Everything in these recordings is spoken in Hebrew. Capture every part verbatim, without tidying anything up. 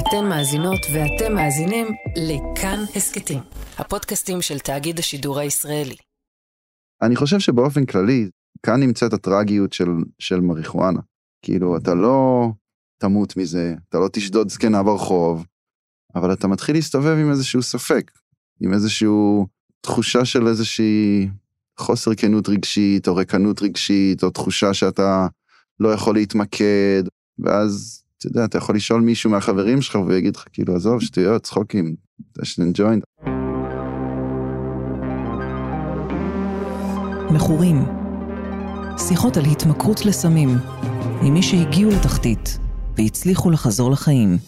אתן מאזינות ואתם מאזינים לכאן הסקטים, הפודקאסטים של תאגיד השידור הישראלי. אני חושב שבאופן כללי, כאן נמצאת הטרגיות של, של מריחואנה. כאילו, אתה לא תמות מזה, אתה לא תשדוד זקנה ברחוב, אבל אתה מתחיל להסתובב עם איזשהו ספק, עם איזשהו תחושה של איזושהי חוסר כנות רגשית, או רקנות רגשית, או תחושה שאתה לא יכול להתמקד, ואז, אתה יודע, אתה יכול לשאול מישהו מהחברים שלך, ויגיד לך, כאילו, עזוב, שטויות, צחוקים, תשלן ג'וינט. מכורים. שיחות על התמכרות לסמים, עם מי שהגיעו לתחתית, והצליחו לחזור לחיים.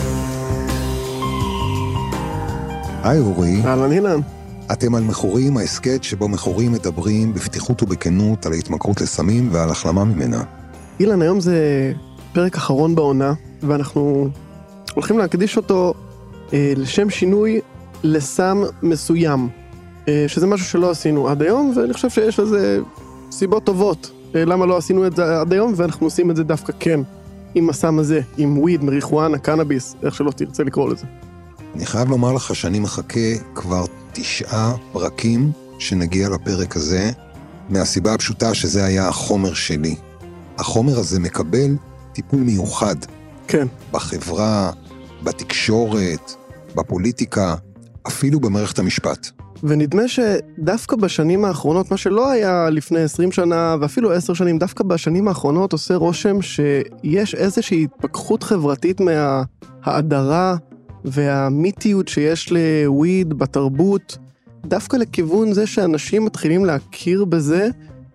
היי אורי. אהלן אילן. אתם על מכורים, ההסקט שבו מכורים מדברים בפתיחות ובכנות על ההתמכרות לסמים ועל החלמה ממנה. אילן, היום זה פרק אחרון בעונה, ואנחנו הולכים להקדיש אותו אה, לשם שינוי לסם מסוים, אה, שזה משהו שלא עשינו עד היום, ואני חושב שיש לזה סיבות טובות, אה, למה לא עשינו את זה עד היום, ואנחנו עושים את זה דווקא כן, עם הסם הזה, עם וויד, מריחואנה, קנאביס, איך שלא תרצה לקרוא לזה. אני חייב לומר לך שאני מחכה כבר תשעה פרקים שנגיע לפרק הזה, מהסיבה הפשוטה שזה היה החומר שלי. החומר הזה מקבל טיפול מיוחד. כן. בחברה, בתקשורת, בפוליטיקה, אפילו במערכת המשפט. ונדמה שדווקא בשנים האחרונות, מה שלא היה לפני עשרים שנה ואפילו עשר שנים, דווקא בשנים האחרונות עושה רושם שיש איזושהי התפכחות חברתית מההדרה והמיתיות שיש לוויד בתרבות, דווקא לכיוון זה שאנשים מתחילים להכיר בזה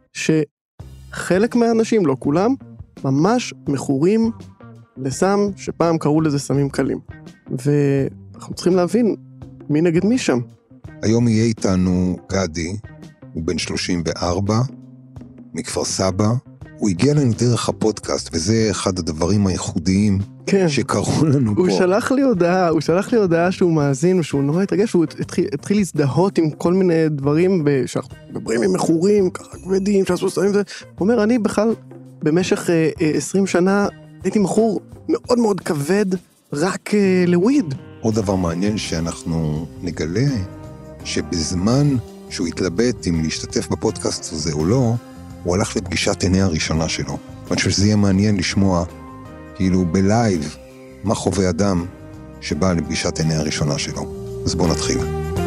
שחלק מהאנשים, לא כולם, ממש מכורים לסם שפעם קראו לזה סמים קלים. ואנחנו צריכים להבין מי נגד מי שם. היום יהיה איתנו גדי, הוא בן שלושים וארבע, מכפר סבא. הוא הגיע לנו דרך הפודקאסט, וזה אחד הדברים הייחודיים כן. שקראו לנו הוא פה. הוא שלח לי הודעה, הוא שלח לי הודעה שהוא מאזין, ושהוא נורא התרגש, והוא התחיל, התחיל להזדהות עם כל מיני דברים, שאנחנו מדברים עם מכורים, ככה כבדים, שעשו סמים, הוא אומר, אני בכלל במשך עשרים שנה הייתי מכור מאוד מאוד כבד, רק לוויד. עוד דבר מעניין שאנחנו נגלה, שבזמן שהוא התלבט אם להשתתף בפודקאסט הזה או לא, הוא הלך לפגישת עיני הראשונה שלו. ואני חושב שזה יהיה מעניין לשמוע, כאילו בלייב, מה חווה אדם שבא לפגישת עיני הראשונה שלו. אז בואו נתחיל.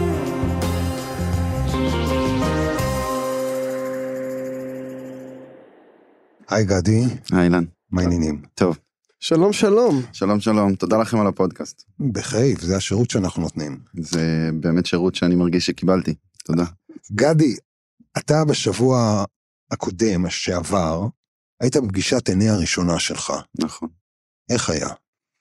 היי גדי. היי אילן. מה העניינים? טוב. שלום שלום. שלום שלום, תודה לכם על הפודקאסט. בחייב, זה השירות שאנחנו נותנים. זה באמת שירות שאני מרגיש שקיבלתי. תודה. גדי, אתה בשבוע הקודם, שעבר, היית בפגישת עיני הראשונה שלך. נכון. איך היה?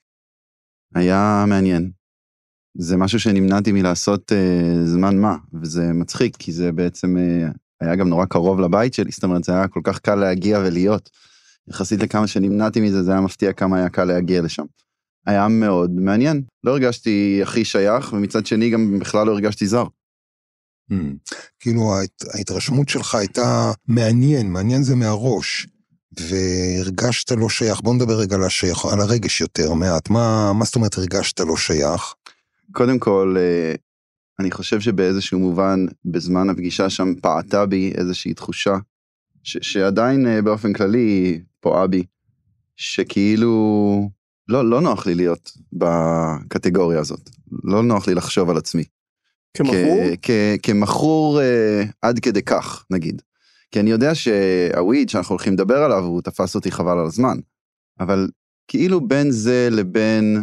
היה מעניין. זה משהו שנמנעתי מלעשות אה, זמן מה, וזה מצחיק, כי זה בעצם אה, היה גם נורא קרוב לבית שלי, זאת אומרת, זה היה כל כך קל להגיע ולהיות. יחסית לכמה שנמנעתי מזה, זה היה מפתיע כמה היה קל להגיע לשם. היה מאוד מעניין. לא הרגשתי הכי שייך, ומצד שני גם בכלל לא הרגשתי זר. Hmm. כאילו ההת, ההתרשמות שלך הייתה מעניין, מעניין זה מהראש, והרגשת לא שייך. בוא נדבר רגע על השייך, על הרגש יותר מעט. מה, מה זאת אומרת הרגשת לא שייך? קודם כל, אני חושב שבאיזשהו מובן, בזמן הפגישה שם פעתה בי איזושהי תחושה, ש- שעדיין באופן כללי פועה בי, שכאילו לא, לא נוח לי להיות בקטגוריה הזאת, לא נוח לי לחשוב על עצמי. כמכור? כמכור עד כדי כך, נגיד. כי אני יודע שהוויד שאנחנו הולכים לדבר עליו, הוא תפס אותי חבל על הזמן. אבל כאילו בין זה לבין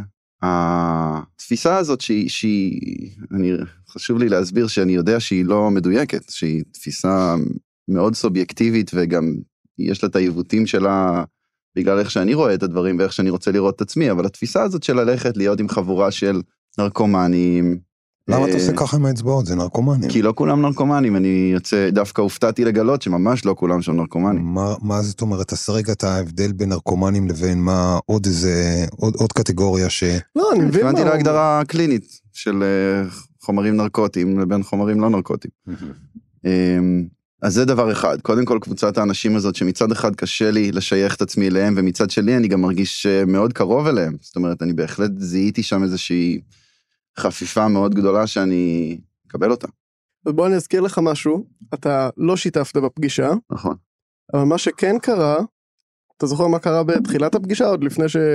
התפיסה הזאת שהיא, שהיא אני, חשוב לי להסביר שאני יודע שהיא לא מדויקת, שהיא תפיסה מאוד סובייקטיבית, וגם יש לה את העיוותים שלה, בגלל איך שאני רואה את הדברים, ואיך שאני רוצה לראות את עצמי, אבל התפיסה הזאת של ללכת להיות עם חבורה של נרקומנים, למה אתה עושה ככה עם האצבעות? זה נרקומנים. כי לא כולם נרקומנים, אני יוצא, דווקא הופתעתי לגלות שממש לא כולם שם נרקומנים. מה, מה זאת אומרת? אז רגע את ההבדל בין נרקומנים לבין מה עוד איזה, עוד, עוד קטגוריה ש... לא, אני מבין מה... התכוונתי להגדרה קלינית של חומרים נרקוטיים לבין חומרים לא נרקוטיים. אז זה דבר אחד, קודם כל קבוצת האנשים הזאת, שמצד אחד קשה לי לשייך את עצמי אליהם, ומצד שלי אני גם מרגיש מאוד קרוב אליהם, זאת אומרת, אני בהחלט זיהיתי שם איזושהי חפיפה מאוד גדולה שאני אקבל אותה. אז בוא אני אזכיר לך משהו, אתה לא שיתפת בפגישה, נכון. אבל מה שכן קרה, אתה זוכר מה קרה בתחילת הפגישה, עוד לפני ש...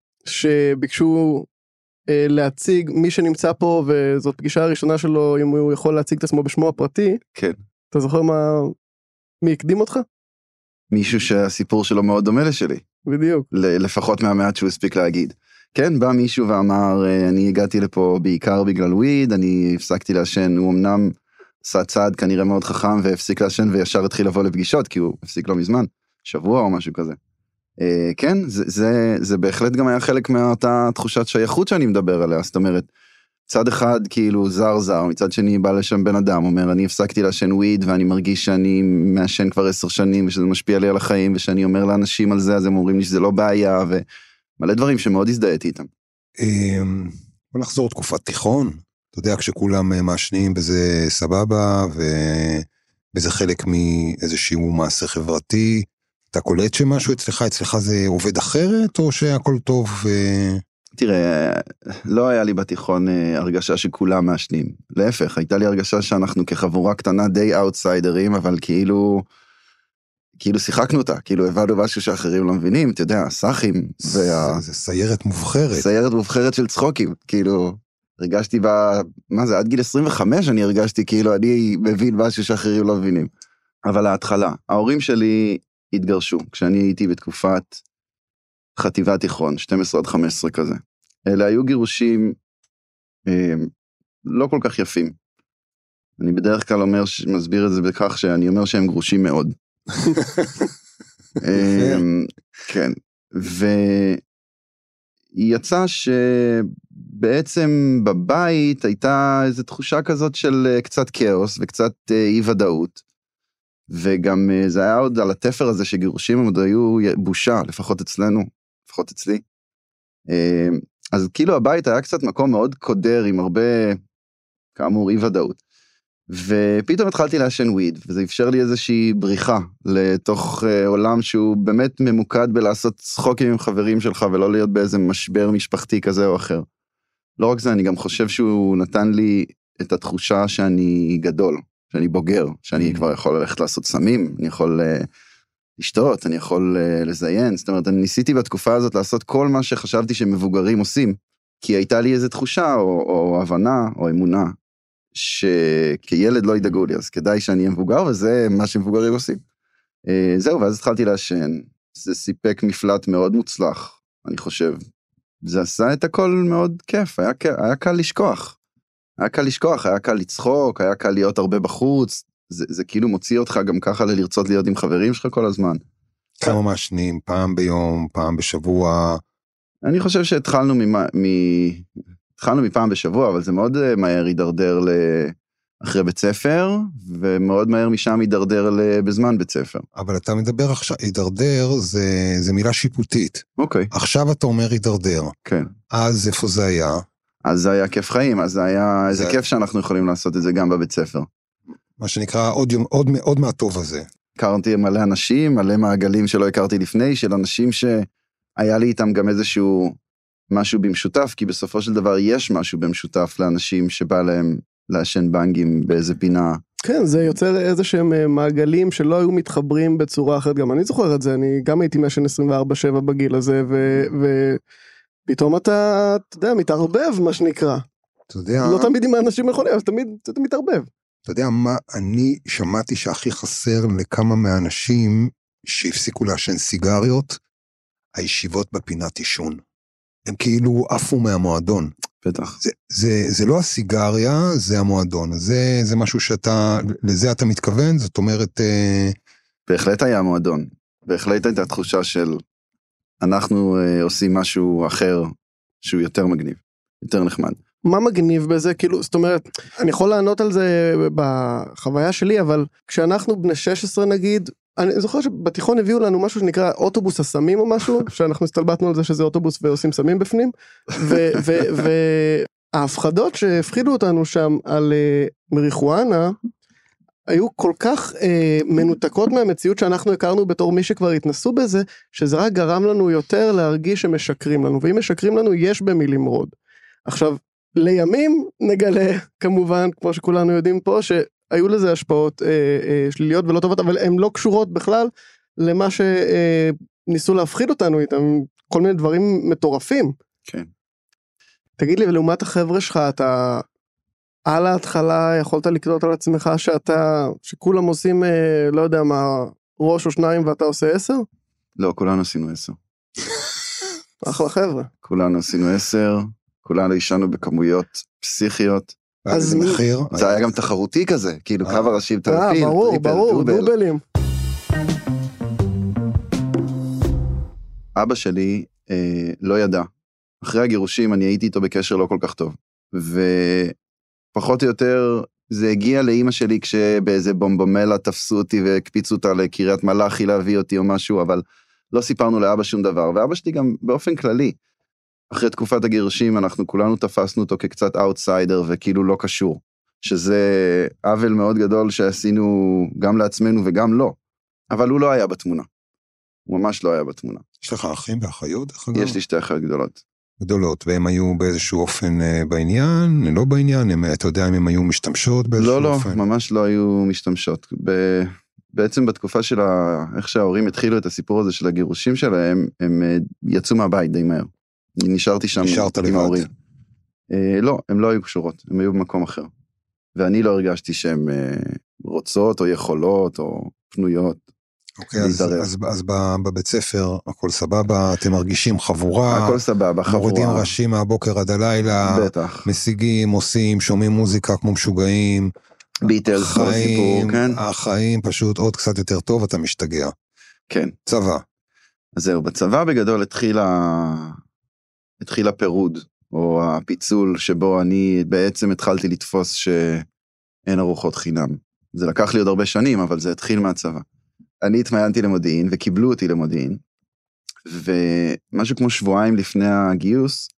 שביקשו אה, להציג מי שנמצא פה, וזאת פגישה הראשונה שלו, אם הוא יכול להציג את עצמו בשמו הפרטי, כן. אתה זוכר מה... מי הקדים אותך? מישהו שהסיפור שלו מאוד דומה לשלי. בדיוק. לפחות מהמעט שהוא הספיק להגיד. כן, בא מישהו ואמר, אני הגעתי לפה בעיקר בגלל וויד, אני הפסקתי לעשן, הוא אמנם עשה צעד כנראה מאוד חכם, והפסיק לעשן וישר התחיל לבוא לפגישות, כי הוא הפסיק לא מזמן, שבוע או משהו כזה. כן, זה, זה, זה בהחלט גם היה חלק מאותה תחושת שייכות שאני מדבר עליה, זאת אומרת, מצד אחד כאילו זר זר, מצד שני בא לשם בן אדם, אומר אני הפסקתי לעשן וויד ואני מרגיש שאני מעשן כבר עשר שנים ושזה משפיע לי על החיים, ושאני אומר לאנשים על זה, אז הם אומרים לי שזה לא בעיה, ומלא דברים שמאוד הזדהיתי איתם. בוא נחזור תקופת תיכון, אתה יודע כשכולם מעשנים בזה סבבה, וזה חלק מאיזשהו מעשה חברתי, אתה קולט שמשהו אצלך, אצלך זה עובד אחרת, או שהכל טוב? תראה, לא היה לי בתיכון הרגשה שכולם מעשנים. להפך, הייתה לי הרגשה שאנחנו כחבורה קטנה די אאוטסיידרים, אבל כאילו, כאילו שיחקנו אותה, כאילו הבאנו משהו שאחרים לא מבינים, אתה יודע, הסאחים. וה... זה סיירת מובחרת. סיירת מובחרת של צחוקים, כאילו, הרגשתי בה, מה זה, עד גיל עשרים וחמש אני הרגשתי כאילו אני מבין משהו שאחרים לא מבינים. אבל ההתחלה, ההורים שלי התגרשו, כשאני הייתי בתקופת חטיבה תיכון, שתים עשרה עד חמש עשרה כזה. אלה היו גירושים אה, לא כל כך יפים. אני בדרך כלל אומר, מסביר את זה בכך שאני אומר שהם גרושים מאוד. אה, כן, ויצא שבעצם בבית הייתה איזו תחושה כזאת של קצת כאוס וקצת אי ודאות. וגם זה היה עוד על התפר הזה שגירושים הם עוד היו בושה, לפחות אצלנו, לפחות אצלי. אז כאילו הבית היה קצת מקום מאוד קודר עם הרבה, כאמור, אי ודאות. ופתאום התחלתי לעשן וויד, וזה אפשר לי איזושהי בריחה לתוך עולם שהוא באמת ממוקד בלעשות צחוקים עם חברים שלך, ולא להיות באיזה משבר משפחתי כזה או אחר. לא רק זה, אני גם חושב שהוא נתן לי את התחושה שאני גדול. שאני בוגר, שאני כבר יכול ללכת לעשות סמים, אני יכול uh, לשתות, אני יכול uh, לזיין, זאת אומרת, אני ניסיתי בתקופה הזאת לעשות כל מה שחשבתי שמבוגרים עושים, כי הייתה לי איזו תחושה, או, או הבנה, או אמונה, שכילד לא ידאגו לי, אז כדאי שאני אהיה מבוגר, וזה מה שמבוגרים עושים. Uh, זהו, ואז התחלתי לעשן, זה סיפק מפלט מאוד מוצלח, אני חושב, זה עשה את הכל מאוד כיף, היה, היה קל לשכוח. היה קל לשכוח, היה קל לצחוק, היה קל להיות הרבה בחוץ, זה, זה כאילו מוציא אותך גם ככה ללרצות להיות עם חברים שלך כל הזמן. כמה מעשנים, פעם ביום, פעם בשבוע? אני חושב שהתחלנו מ... מ... התחלנו מפעם בשבוע, אבל זה מאוד מהר הידרדר ל... אחרי בית ספר, ומאוד מהר משם הידרדר ל... בזמן בית ספר. אבל אתה מדבר עכשיו, הידרדר זה, זה מילה שיפוטית. אוקיי. עכשיו אתה אומר הידרדר. כן. אז איפה זה היה? אז זה היה כיף חיים, אז זה היה איזה זה... כיף שאנחנו יכולים לעשות את זה גם בבית ספר. מה שנקרא עוד, עוד, עוד מהטוב הזה. הכרתי מלא אנשים, מלא מעגלים שלא הכרתי לפני, של אנשים שהיה לי איתם גם איזשהו משהו במשותף, כי בסופו של דבר יש משהו במשותף לאנשים שבא להם לעשן בנגים באיזה פינה. כן, זה יוצר איזה שהם מעגלים שלא היו מתחברים בצורה אחרת, גם אני זוכר את זה, אני גם הייתי מעשן עשרים וארבע שבע בגיל הזה, ו... ו... פתאום אתה, אתה יודע, מתערבב, מה שנקרא. אתה יודע... לא תמיד עם האנשים יכולים, אבל תמיד אתה מתערבב. אתה יודע מה, אני שמעתי שהכי חסר לכמה מהאנשים שהפסיקו לעשן סיגריות, הישיבות בפינת עישון. הם כאילו עפו מהמועדון. בטח. זה, זה, זה לא הסיגריה, זה המועדון. זה, זה משהו שאתה, לזה אתה מתכוון, זאת אומרת... בהחלט היה המועדון. בהחלט הייתה תחושה של... אנחנו uh, עושים משהו אחר שהוא יותר מגניב, יותר נחמד. מה מגניב בזה? כאילו, זאת אומרת, אני יכול לענות על זה בחוויה שלי, אבל כשאנחנו בני שש עשרה נגיד, אני זוכר שבתיכון הביאו לנו משהו שנקרא אוטובוס הסמים או משהו, שאנחנו הסתלבטנו על זה שזה אוטובוס ועושים סמים בפנים, וההפחדות שהפחידו אותנו שם על uh, מריחואנה, היו כל כך אה, מנותקות מהמציאות שאנחנו הכרנו בתור מי שכבר התנסו בזה, שזה רק גרם לנו יותר להרגיש שמשקרים לנו, ואם משקרים לנו יש במי למרוד. עכשיו, לימים נגלה, כמובן, כמו שכולנו יודעים פה, שהיו לזה השפעות אה, אה, שליליות ולא טובות, אבל הן לא קשורות בכלל למה שניסו אה, להפחיד אותנו איתם, כל מיני דברים מטורפים. כן. תגיד לי, ולעומת החבר'ה שלך, אתה על ההתחלה יכולת לקנות על עצמך שאתה, שכולם עושים, אה, לא יודע מה, ראש או שניים ואתה עושה עשר? לא, כולנו עשינו עשר. אחלה חבר'ה. כולנו עשינו עשר, כולנו ישנו בכמויות פסיכיות. אז מחיר. זה היה גם תחרותי כזה, כאילו קו הראשים אה, טרפיל, ברור, טריפל, ברור, דובל. דובלים. אבא שלי אה, לא ידע. אחרי הגירושים אני הייתי איתו בקשר לא כל כך טוב. ופחות או יותר זה הגיע לאמא שלי כשבאיזה בומבומלה תפסו אותי והקפיצו אותה לקריית מלאכי להביא אותי או משהו, אבל לא סיפרנו לאבא שום דבר. ואבא שלי גם באופן כללי, אחרי תקופת הגירושים אנחנו כולנו תפסנו אותו כקצת אאוטסיידר וכאילו לא קשור. שזה עוול מאוד גדול שעשינו גם לעצמנו וגם לא. אבל הוא לא היה בתמונה. הוא ממש לא היה בתמונה. יש לך אחים ואחיות? יש לי שתי אחיות גדולות. גדולות, והם היו באיזשהו אופן בעניין, לא בעניין, הם, אתה יודע אם הם היו משתמשות באיזשהו לא, אופן? לא, ממש לא היו משתמשות. ב... בעצם בתקופה של ה... איך שההורים התחילו את הסיפור הזה של הגירושים שלהם, הם יצאו מהבית די מהר. נשארתי שם עם ההורים. אה, לא, הם לא היו קשורות, הם היו במקום אחר. ואני לא הרגשתי שהן אה, רוצות או יכולות או פנויות. אוקיי, אז, אז, אז בבית ספר הכל סבבה, אתם מרגישים חבורה, הכל סבבה, חבורה. מורידים ראשים מהבוקר עד הלילה, בטח. משיגים, עושים, שומעים מוזיקה כמו משוגעים, ביטלס, כל הסיפור, כן? החיים פשוט עוד קצת יותר טוב, אתה משתגע. כן. צבא. אז זהו, בצבא בגדול התחיל, ה... התחיל הפירוד, או הפיצול, שבו אני בעצם התחלתי לתפוס שאין ארוחות חינם. זה לקח לי עוד הרבה שנים, אבל זה התחיל מהצבא. אני התמיינתי למודיעין, וקיבלו אותי למודיעין, ומשהו כמו שבועיים לפני הגיוס,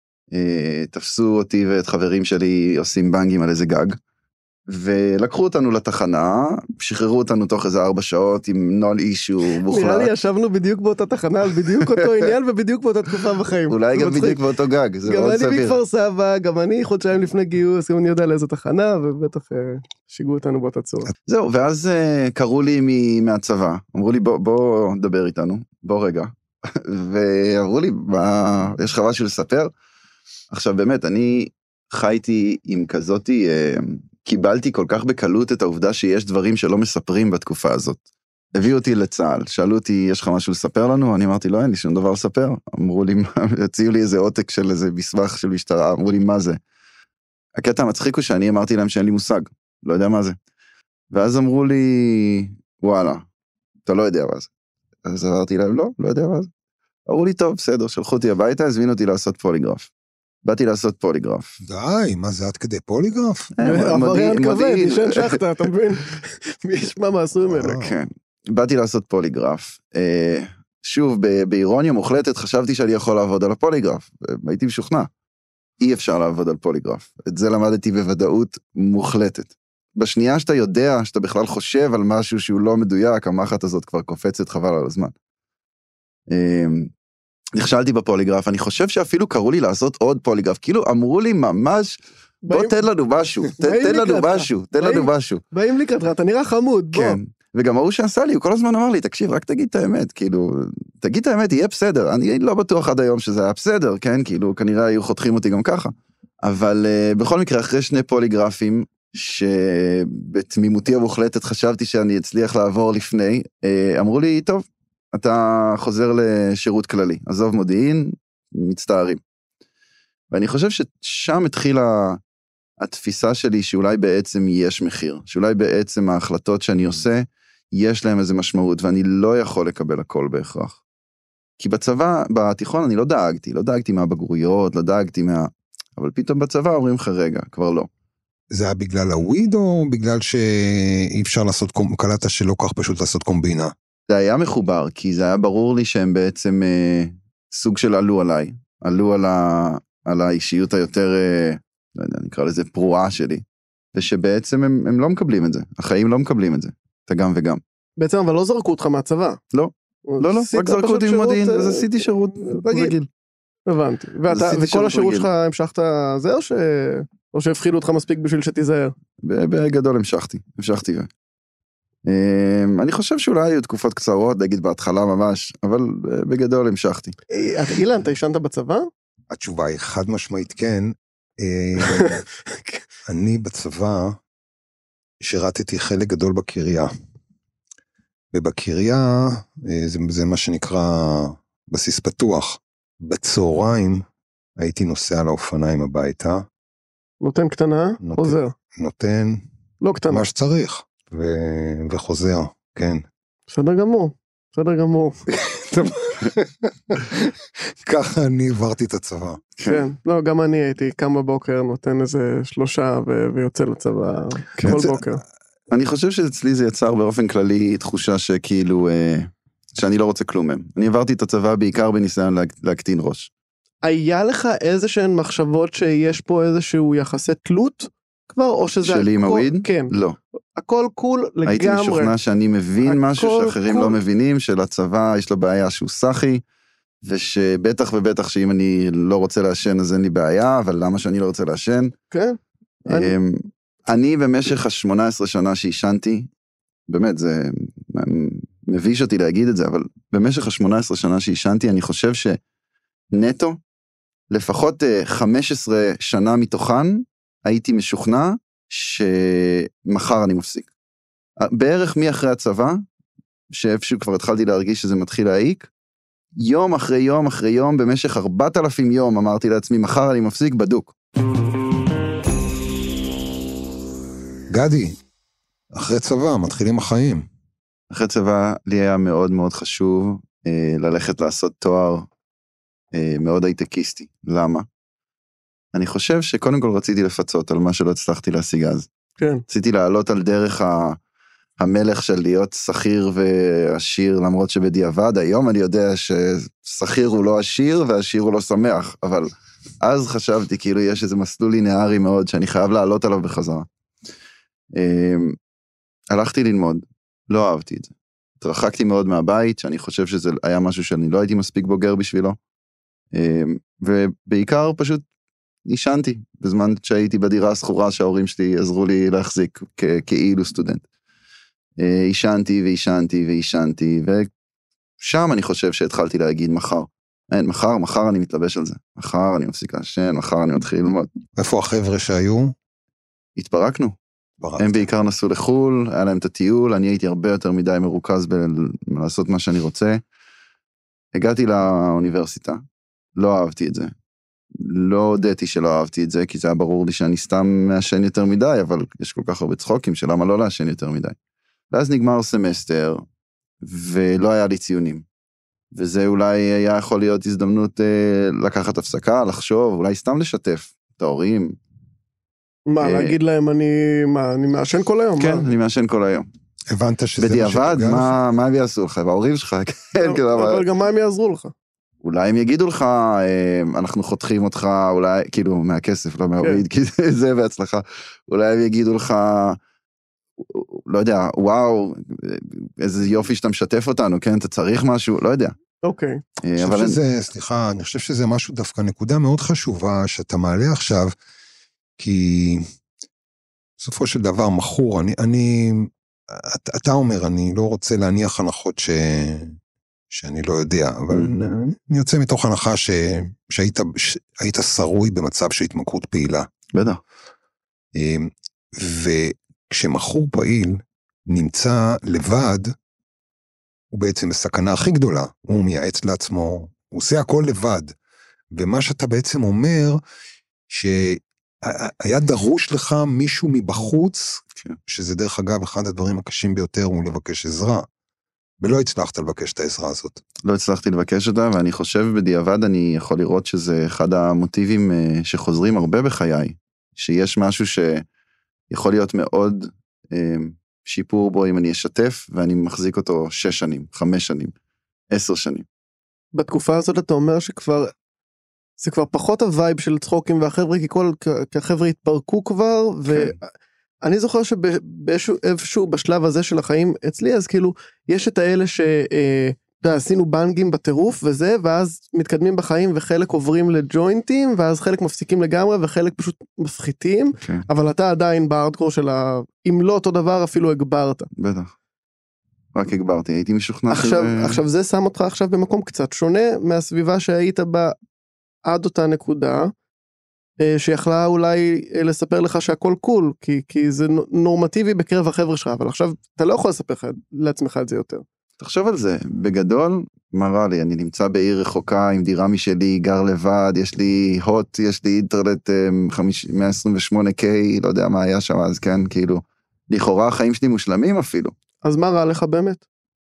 תפסו אותי ואת חברים שלי עושים בנגים על איזה גג, ולקחו אותנו לתחנה, שחררו אותנו תוך איזה ארבע שעות עם נול אישו מוחלט. נראה לי ישבנו בדיוק באותה תחנה, על בדיוק אותו עניין ובדיוק באותה תקופה בחיים. אולי גם בדיוק באותו גג, זה מאוד סביר. גם אני בכפר סבא, גם אני חודשיים לפני גיוס, גם אני יודע לאיזו תחנה, ובטח שיגעו אותנו באותה צורה. זהו, ואז קראו לי מהצבא, אמרו לי בוא דבר איתנו, בוא רגע, ואמרו לי, יש לך משהו לספר? עכשיו באמת, אני חייתי עם כזאתי, קיבלתי כל כך בקלות את העובדה שיש דברים שלא מספרים בתקופה הזאת. הביאו אותי לצה"ל, שאלו אותי, יש לך משהו לספר לנו? אני אמרתי, לא, אין לי שום דבר לספר. אמרו לי, הציעו לי איזה עותק של איזה מסמך של משטרה, אמרו לי, מה זה? הקטע המצחיק הוא שאני אמרתי להם שאין לי מושג, לא יודע מה זה. ואז אמרו לי, וואלה, אתה לא יודע מה זה. אז אמרתי להם, לא, לא יודע מה זה. אמרו לי, טוב, בסדר, שלחו אותי הביתה, הזמינו אותי לעשות פוליגרף. באתי לעשות פוליגרף. די, מה זה עד כדי פוליגרף? עבריין כבד, ישן שחטה, אתה מבין? מי ישמע מה עשו ממנו. כן, באתי לעשות פוליגרף. שוב, באירוניה מוחלטת, חשבתי שאני יכול לעבוד על הפוליגרף. הייתי משוכנע. אי אפשר לעבוד על פוליגרף. את זה למדתי בוודאות מוחלטת. בשנייה שאתה יודע, שאתה בכלל חושב על משהו שהוא לא מדויק, המחט הזאת כבר קופצת חבל על הזמן. נכשלתי בפוליגרף, אני חושב שאפילו קראו לי לעשות עוד פוליגרף, כאילו אמרו לי ממש, בוא תן לנו משהו, תן לנו משהו, תן לנו משהו. באים לקראתך, אתה נראה חמוד, בוא. כן, וגם ההוא שעשה לי, הוא כל הזמן אמר לי, תקשיב, רק תגיד את האמת, כאילו, תגיד את האמת, יהיה בסדר, אני לא בטוח עד היום שזה היה בסדר, כן, כאילו, כנראה היו חותכים אותי גם ככה, אבל בכל מקרה, אחרי שני פוליגרפים, שבתמימותי המוחלטת חשבתי שאני אצליח לעבור לפני, אמרו לי, טוב, אתה חוזר לשירות כללי, עזוב מודיעין, מצטערים. ואני חושב ששם התחילה התפיסה שלי שאולי בעצם יש מחיר, שאולי בעצם ההחלטות שאני עושה, יש להם איזה משמעות, ואני לא יכול לקבל הכל בהכרח. כי בצבא, בתיכון אני לא דאגתי, לא דאגתי מהבגרויות, לא דאגתי מה... אבל פתאום בצבא אומרים לך רגע, כבר לא. זה היה בגלל הוויד או בגלל שאי אפשר לעשות, קלטה שלא כך פשוט לעשות קומבינה? זה היה מחובר, כי זה היה ברור לי שהם בעצם אה, סוג של עלו עליי, עלו על, ה, על האישיות היותר, אה, לא יודע, נקרא לזה פרועה שלי, ושבעצם הם, הם לא מקבלים את זה, החיים לא מקבלים את זה, אתה גם וגם. בעצם אבל לא זרקו אותך מהצבא. לא, לא, לא, רק זרקו אותי במודיעין, אז עשיתי שירות רגיל. הבנתי, וכל השירות שלך המשכת זה, או ש... או שהפחידו אותך מספיק בשביל שתיזהר? בגדול המשכתי, המשכתי. אני חושב שאולי היו תקופות קצרות, נגיד בהתחלה ממש, אבל בגדול המשכתי. אילן, אתה ישנת בצבא? התשובה היא חד משמעית כן. אני בצבא שירתתי חלק גדול בקריה. ובקריה זה, זה מה שנקרא בסיס פתוח. בצהריים הייתי נוסע לאופניים הביתה. נותן קטנה, נותן, חוזר. נותן לא קטנה. מה שצריך, ו, וחוזר, כן. בסדר גמור, בסדר גמור. ככה אני עברתי את הצבא. כן, לא, גם אני הייתי קם בבוקר, נותן איזה שלושה ו- ויוצא לצבא כל בוקר. אני חושב שאצלי זה יצר באופן כללי תחושה שכאילו, שאני לא רוצה כלום מהם. אני עברתי את הצבא בעיקר בניסיון להקטין ראש. היה לך איזה שהן מחשבות שיש פה איזשהו יחסי תלות כבר, או שזה... שלי עם הוויד? כן. לא. הכל קול לגמרי. הייתי משוכנע שאני מבין משהו שאחרים לא מבינים, שלצבא יש לו בעיה שהוא סחי, ושבטח ובטח שאם אני לא רוצה לעשן אז אין לי בעיה, אבל למה שאני לא רוצה לעשן? כן. אני במשך ה-שמונה עשרה שנה שעישנתי, באמת זה מביש אותי להגיד את זה, אבל במשך ה-שמונה עשרה שנה שעישנתי, אני חושב שנטו, לפחות חמש עשרה שנה מתוכן, הייתי משוכנע שמחר אני מפסיק. בערך מי אחרי הצבא, שאיפשהו כבר התחלתי להרגיש שזה מתחיל להעיק, יום אחרי יום אחרי יום, במשך ארבעת אלפים יום, אמרתי לעצמי, מחר אני מפסיק בדוק. גדי, אחרי צבא, מתחילים החיים. אחרי צבא, לי היה מאוד מאוד חשוב אה, ללכת לעשות תואר אה, מאוד הייטקיסטי. למה? אני חושב שקודם כל רציתי לפצות על מה שלא הצלחתי להשיג אז. כן. רציתי לעלות על דרך ה... המלך של להיות שכיר ועשיר, למרות שבדיעבד, היום אני יודע ששכיר הוא לא עשיר, ועשיר הוא לא שמח, אבל אז חשבתי כאילו יש איזה מסלול לינארי מאוד, שאני חייב לעלות עליו בחזרה. הלכתי ללמוד, לא אהבתי את זה. התרחקתי מאוד מהבית, שאני חושב שזה היה משהו שאני לא הייתי מספיק בוגר בשבילו, ובעיקר פשוט עישנתי, בזמן שהייתי בדירה הסחורה, שההורים שלי עזרו לי להחזיק כאילו סטודנט. עישנתי ועישנתי ועישנתי, ושם אני חושב שהתחלתי להגיד מחר. אין, מחר, מחר אני מתלבש על זה. מחר אני מפסיק לעשן, מחר אני מתחיל ללמוד. איפה החבר'ה שהיו? התפרקנו. ברקת. הם בעיקר נסעו לחול, היה להם את הטיול, אני הייתי הרבה יותר מדי מרוכז בלעשות מה שאני רוצה. הגעתי לאוניברסיטה, לא אהבתי את זה. לא הודיתי שלא אהבתי את זה, כי זה היה ברור לי שאני סתם מעשן יותר מדי, אבל יש כל כך הרבה צחוקים שלמה לא לעשן יותר מדי. ואז נגמר סמסטר, ולא היה לי ציונים. וזה אולי היה יכול להיות הזדמנות אה, לקחת הפסקה, לחשוב, אולי סתם לשתף את ההורים. מה, אה, להגיד להם אני, מה, אני מעשן כל היום? כן, מה? אני מעשן כל היום. הבנת שזה בדיעבד, מה, מה הם יעשו לך? וההורים שלך, כן, כאילו, אבל גם מה הם יעזרו לך? אולי הם יגידו לך, אנחנו חותכים אותך, אולי, כאילו, מהכסף, לא מהוריד, כי זה בהצלחה. אולי הם יגידו לך, לא יודע, וואו, איזה יופי שאתה משתף אותנו, כן, אתה צריך משהו, לא יודע. אוקיי. אני חושב שזה, סליחה, אני חושב שזה משהו דווקא, נקודה מאוד חשובה שאתה מעלה עכשיו, כי בסופו של דבר מחור, אני, אני, אתה אומר, אני לא רוצה להניח הנחות ש... שאני לא יודע, אבל אני יוצא מתוך הנחה ש... שהיית, שהיית שרוי במצב של התמכרות פעילה. בטח. וכשמחור פעיל נמצא לבד, הוא בעצם הסכנה הכי גדולה, הוא מייעץ לעצמו, הוא עושה הכל לבד, ומה שאתה בעצם אומר, שהיה דרוש לך מישהו מבחוץ, שזה דרך אגב אחד הדברים הקשים ביותר, הוא לבקש עזרה, ולא הצלחת לבקש את העזרה הזאת. לא הצלחתי לבקש אותה, ואני חושב בדיעבד אני יכול לראות שזה אחד המוטיבים שחוזרים הרבה בחיי, שיש משהו שיכול להיות מאוד שיפור בו אם אני אשתף, ואני מחזיק אותו שש שנים, חמש שנים, עשר שנים. בתקופה הזאת אתה אומר שכבר, זה כבר פחות הווייב של צחוקים והחבר'ה, כי כל, כי החבר'ה התפרקו כבר, ו... אני זוכר שבאיפשהו בשלב הזה של החיים אצלי, אז כאילו, יש את האלה ש... אה, עשינו בנגים בטירוף וזה, ואז מתקדמים בחיים וחלק עוברים לג'וינטים, ואז חלק מפסיקים לגמרי וחלק פשוט מפחיתים, okay. אבל אתה עדיין בארדקור של ה... אם לא אותו דבר אפילו הגברת. בטח. רק הגברתי, הייתי משוכנע עכשיו, שזה... עכשיו זה שם אותך עכשיו במקום קצת שונה מהסביבה שהיית בה עד אותה נקודה, שיכלה אולי לספר לך שהכל קול, כי, כי זה נורמטיבי בקרב החבר'ה שלך, אבל עכשיו אתה לא יכול לספר לעצמך את זה יותר. תחשוב על זה, בגדול, מה רע לי, אני נמצא בעיר רחוקה עם דירה משלי, גר לבד, יש לי הוט, יש לי אינטרנט מאה עשרים ושמונה קיי, לא יודע מה היה שם, אז כן, כאילו, לכאורה החיים שלי מושלמים אפילו. אז מה רע לך באמת?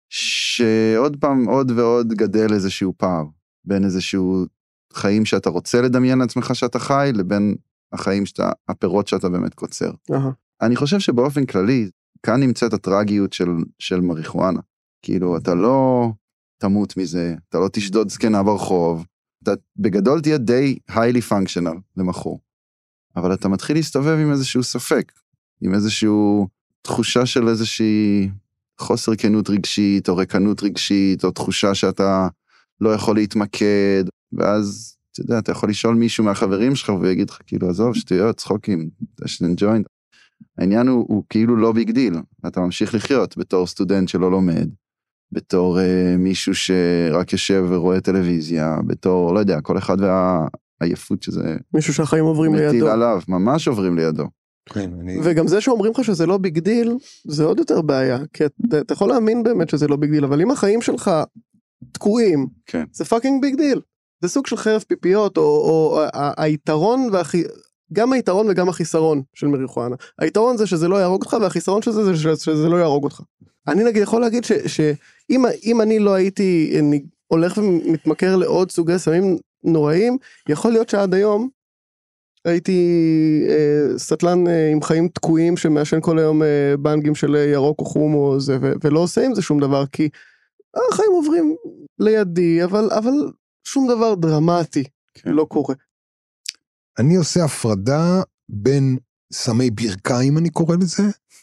שעוד פעם, עוד ועוד גדל איזשהו פער, בין איזשהו חיים שאתה רוצה לדמיין לעצמך שאתה חי, לבין החיים שאתה, הפירות שאתה באמת קוצר. Uh-huh. אני חושב שבאופן כללי, כאן נמצאת הטרגיות של, של מריחואנה. כאילו, אתה לא תמות מזה, אתה לא תשדוד זקנה ברחוב, אתה בגדול תהיה די highly functional למחור, אבל אתה מתחיל להסתובב עם איזשהו ספק, עם איזשהו תחושה של איזושהי חוסר כנות רגשית, או רקנות רגשית, או תחושה שאתה לא יכול להתמקד, ואז, אתה יודע, אתה יכול לשאול מישהו מהחברים שלך, ויגיד לך, כאילו, עזוב, שטויות, צחוקים, תשלן ג'וינט. העניין הוא, הוא כאילו לא ביג דיל, אתה ממשיך לחיות בתור סטודנט שלא לומד, בתור אה, מישהו שרק יושב ורואה טלוויזיה, בתור, לא יודע, כל אחד והעייפות שזה... מישהו שהחיים עוברים לידו. מטיל עליו, ממש עוברים לידו. כן, אני... וגם זה שאומרים לך שזה לא ביג דיל, זה עוד יותר בעיה, כי אתה, אתה יכול להאמין באמת שזה לא ביג דיל, אבל אם החיים שלך תקועים, כן. זה פאקינג ביג דיל. זה סוג של חרב פיפיות, או, או היתרון והחי... גם היתרון וגם החיסרון של מריחואנה. היתרון זה שזה לא יהרוג אותך, והחיסרון של זה זה שזה לא יהרוג אותך. אני נגיד יכול להגיד שאם אם אני לא הייתי אני הולך ומתמכר לעוד סוגי סמים נוראים, יכול להיות שעד היום הייתי אה, סטלן אה, עם חיים תקועים שמאשן כל היום אה, בנגים של ירוק או חום או זה, ו- ולא עושה עם זה שום דבר, כי החיים עוברים לידי, אבל, אבל שום דבר דרמטי כן. לא קורה. אני עושה הפרדה בין סמי ברכיים, אני קורא לזה,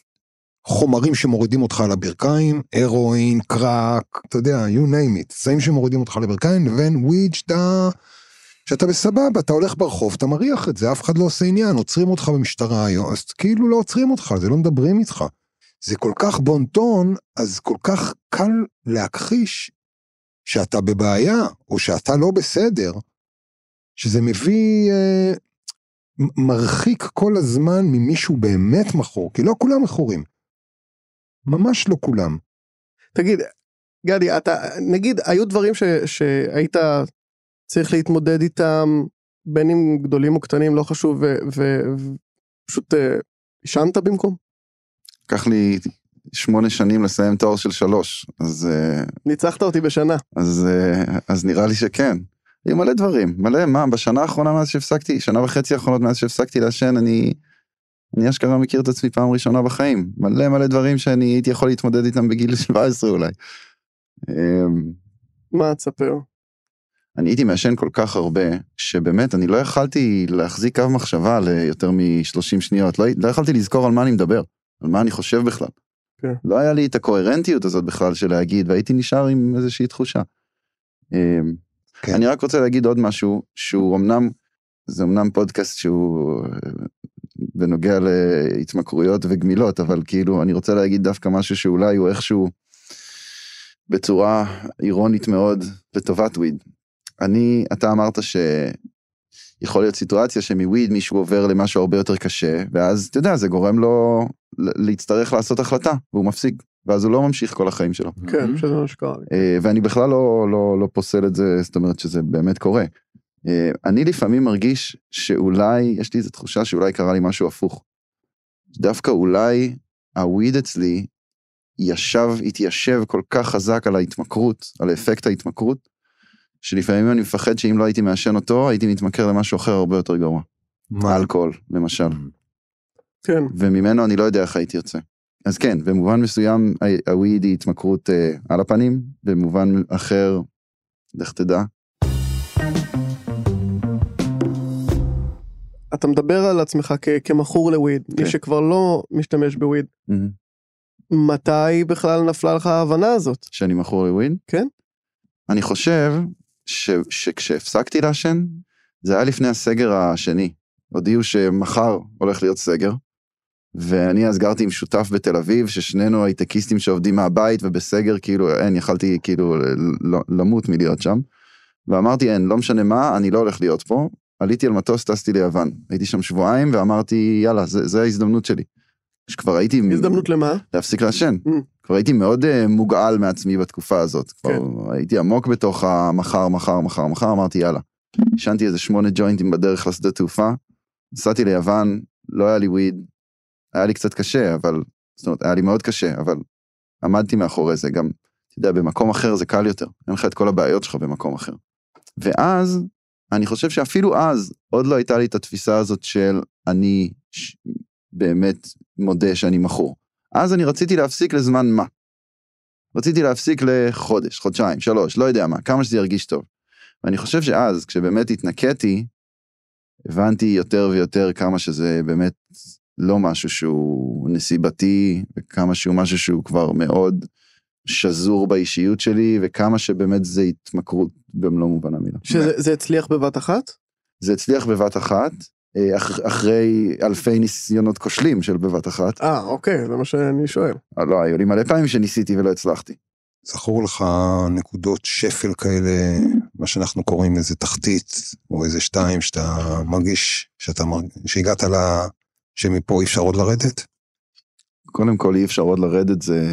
חומרים שמורידים אותך על הברכיים, הרואין, קרק, אתה יודע, you name it, סמים שמורידים אותך לברכיים, לבין וויד שאתה, שאתה בסבבה, אתה הולך ברחוב, אתה מריח את זה, אף אחד לא עושה עניין, עוצרים אותך במשטרה היום, אז כאילו לא עוצרים אותך, זה לא מדברים איתך. זה כל כך בונטון, אז כל כך קל להכחיש שאתה בבעיה, או שאתה לא בסדר, שזה מביא, אה, מרחיק כל הזמן ממישהו באמת מכור, כי לא כולם מכורים. ממש לא כולם. תגיד, גדי, אתה, נגיד, היו דברים ש, שהיית צריך להתמודד איתם, בין אם גדולים או קטנים, לא חשוב, ופשוט ישנת במקום? לקח לי שמונה שנים לסיים תואר של שלוש, אז... ניצחת אותי בשנה. אז, אז נראה לי שכן. היו מלא דברים, מלא, מה, בשנה האחרונה מאז שהפסקתי, שנה וחצי האחרונות מאז שהפסקתי לעשן, אני... אני אשכרה מכיר את עצמי פעם ראשונה בחיים, מלא מלא דברים שאני הייתי יכול להתמודד איתם בגיל שבע עשרה אולי. מה תספר? אני הייתי מעשן כל כך הרבה, שבאמת אני לא יכלתי להחזיק קו מחשבה ליותר מ-שלושים שניות, לא, לא יכלתי לזכור על מה אני מדבר, על מה אני חושב בכלל. Okay. לא היה לי את הקוהרנטיות הזאת בכלל של להגיד, והייתי נשאר עם איזושהי תחושה. Okay. אני רק רוצה להגיד עוד משהו, שהוא אמנם, זה אמנם פודקאסט שהוא... בנוגע להתמכרויות וגמילות, אבל כאילו אני רוצה להגיד דווקא משהו שאולי הוא איכשהו בצורה אירונית מאוד לטובת וויד. אני, אתה אמרת שיכול להיות סיטואציה שמוויד מישהו עובר למשהו הרבה יותר קשה, ואז אתה יודע, זה גורם לו להצטרך לעשות החלטה, והוא מפסיק, ואז הוא לא ממשיך כל החיים שלו. כן, שזה מה שקרה. ואני בכלל לא, לא, לא פוסל את זה, זאת אומרת שזה באמת קורה. אני לפעמים מרגיש שאולי, יש לי איזו תחושה שאולי קרה לי משהו הפוך. דווקא אולי הוויד אצלי ישב, התיישב כל כך חזק על ההתמכרות, על אפקט ההתמכרות, שלפעמים אני מפחד שאם לא הייתי מעשן אותו, הייתי מתמכר למשהו אחר הרבה יותר גרוע. אלכוהול, למשל. כן. וממנו אני לא יודע איך הייתי יוצא. אז כן, במובן מסוים הוויד היא התמכרות על הפנים, במובן אחר, איך תדע? אתה מדבר על עצמך כ- כמכור לוויד, כן. מי שכבר לא משתמש בוויד. מהמם. מתי בכלל נפלה לך ההבנה הזאת? שאני מכור לוויד? כן. אני חושב ש, שכשהפסקתי לעשן, זה היה לפני הסגר השני. הודיעו שמחר הולך להיות סגר, ואני אז גרתי עם שותף בתל אביב, ששנינו הייטקיסטים שעובדים מהבית, ובסגר כאילו, אין, יכלתי כאילו למות מלהיות שם, ואמרתי, אין, לא משנה מה, אני לא הולך להיות פה, עליתי על מטוס, טסתי ליוון, הייתי שם שבועיים, ואמרתי, יאללה, זה, זה ההזדמנות שלי. שכבר הייתי... הזדמנות למה? להפסיק לעשן. Mm. כבר הייתי מאוד uh, מוגעל מעצמי בתקופה הזאת, כבר כן. הייתי עמוק בתוך המחר, מחר, מחר, מחר, אמרתי, יאללה. ישנתי איזה שמונה ג'וינטים בדרך לשדה תעופה, נסעתי ליוון, לא היה לי וויד, היה לי קצת קשה, אבל, זאת אומרת, היה לי מאוד קשה, אבל עמדתי מאחורי זה, גם, אתה יודע, במקום אחר זה קל יותר, אין לך את כל הבעיות שלך במקום אחר. ואז, אני חושב שאפילו אז, עוד לא הייתה לי את התפיסה הזאת של אני ש... באמת מודה שאני מכור. אז אני רציתי להפסיק לזמן מה? רציתי להפסיק לחודש, חודשיים, שלוש, לא יודע מה, כמה שזה ירגיש טוב. ואני חושב שאז, כשבאמת התנקתי, הבנתי יותר ויותר כמה שזה באמת לא משהו שהוא נסיבתי, וכמה שהוא משהו שהוא כבר מאוד שזור באישיות שלי, וכמה שבאמת זה התמכרות במלוא מובן המילה. שזה הצליח בבת אחת? זה הצליח בבת אחת, אח, אחרי אלפי ניסיונות כושלים של בבת אחת. אה, אוקיי, זה מה שאני שואל. לא, היו לי מלא פעמים שניסיתי ולא הצלחתי. זכור לך נקודות שפל כאלה, מה שאנחנו קוראים איזה תחתית, או איזה שתיים, שאתה מרגיש, שאתה מרגיש, שהגעת לה, שמפה אי אפשר עוד לרדת? קודם כל אי אפשר עוד לרדת, זה,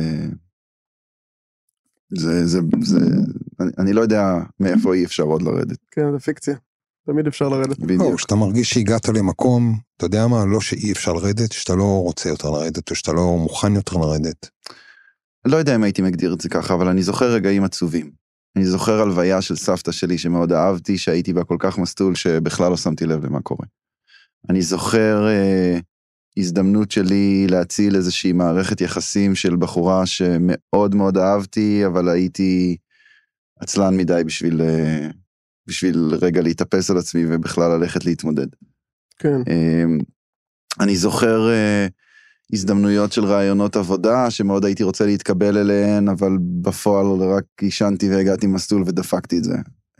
זה, זה, זה, אני, אני לא יודע מאיפה אי אפשר עוד לרדת. כן, זה פיקציה. תמיד אפשר לרדת. לא, שאתה מרגיש שהגעת למקום, אתה יודע מה, לא שאי אפשר לרדת, שאתה לא רוצה יותר לרדת, או שאתה לא מוכן יותר לרדת. לא יודע אם הייתי מגדיר את זה ככה, אבל אני זוכר רגעים עצובים. אני זוכר הלוויה של סבתא שלי שמאוד אהבתי, שהייתי בה כל כך מסטול שבכלל לא שמתי לב למה קורה. אני זוכר אה, הזדמנות שלי להציל איזושהי מערכת יחסים של בחורה שמאוד מאוד אהבתי, אבל הייתי עצלן מדי בשביל, אה, בשביל רגע להתאפס על עצמי ובכלל ללכת להתמודד. כן. אה, אני זוכר... אה, הזדמנויות של רעיונות עבודה, שמאוד הייתי רוצה להתקבל אליהן, אבל בפועל רק ישנתי והגעתי מסטול ודפקתי את זה.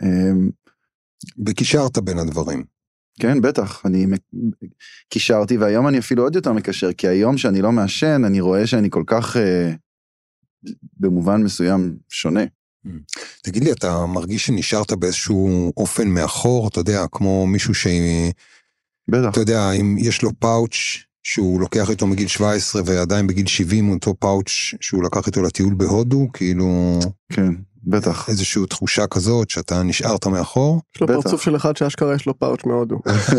וקישרת בין הדברים. כן, בטח, אני קישרתי, והיום אני אפילו עוד יותר מקשר, כי היום שאני לא מעשן, אני רואה שאני כל כך, במובן מסוים, שונה. תגיד לי, אתה מרגיש שנשארת באיזשהו אופן מאחור, אתה יודע, כמו מישהו ש... בטח. אתה יודע, אם יש לו פאוץ' שהוא לוקח איתו מגיל שבע עשרה ועדיין בגיל שבעים אותו פאוץ' שהוא לקח איתו לטיול בהודו, כאילו... כן, בטח. איזושהי תחושה כזאת שאתה נשארת מאחור. יש לו פרצוף של אחד שאשכרה יש לו פאוץ' מהודו.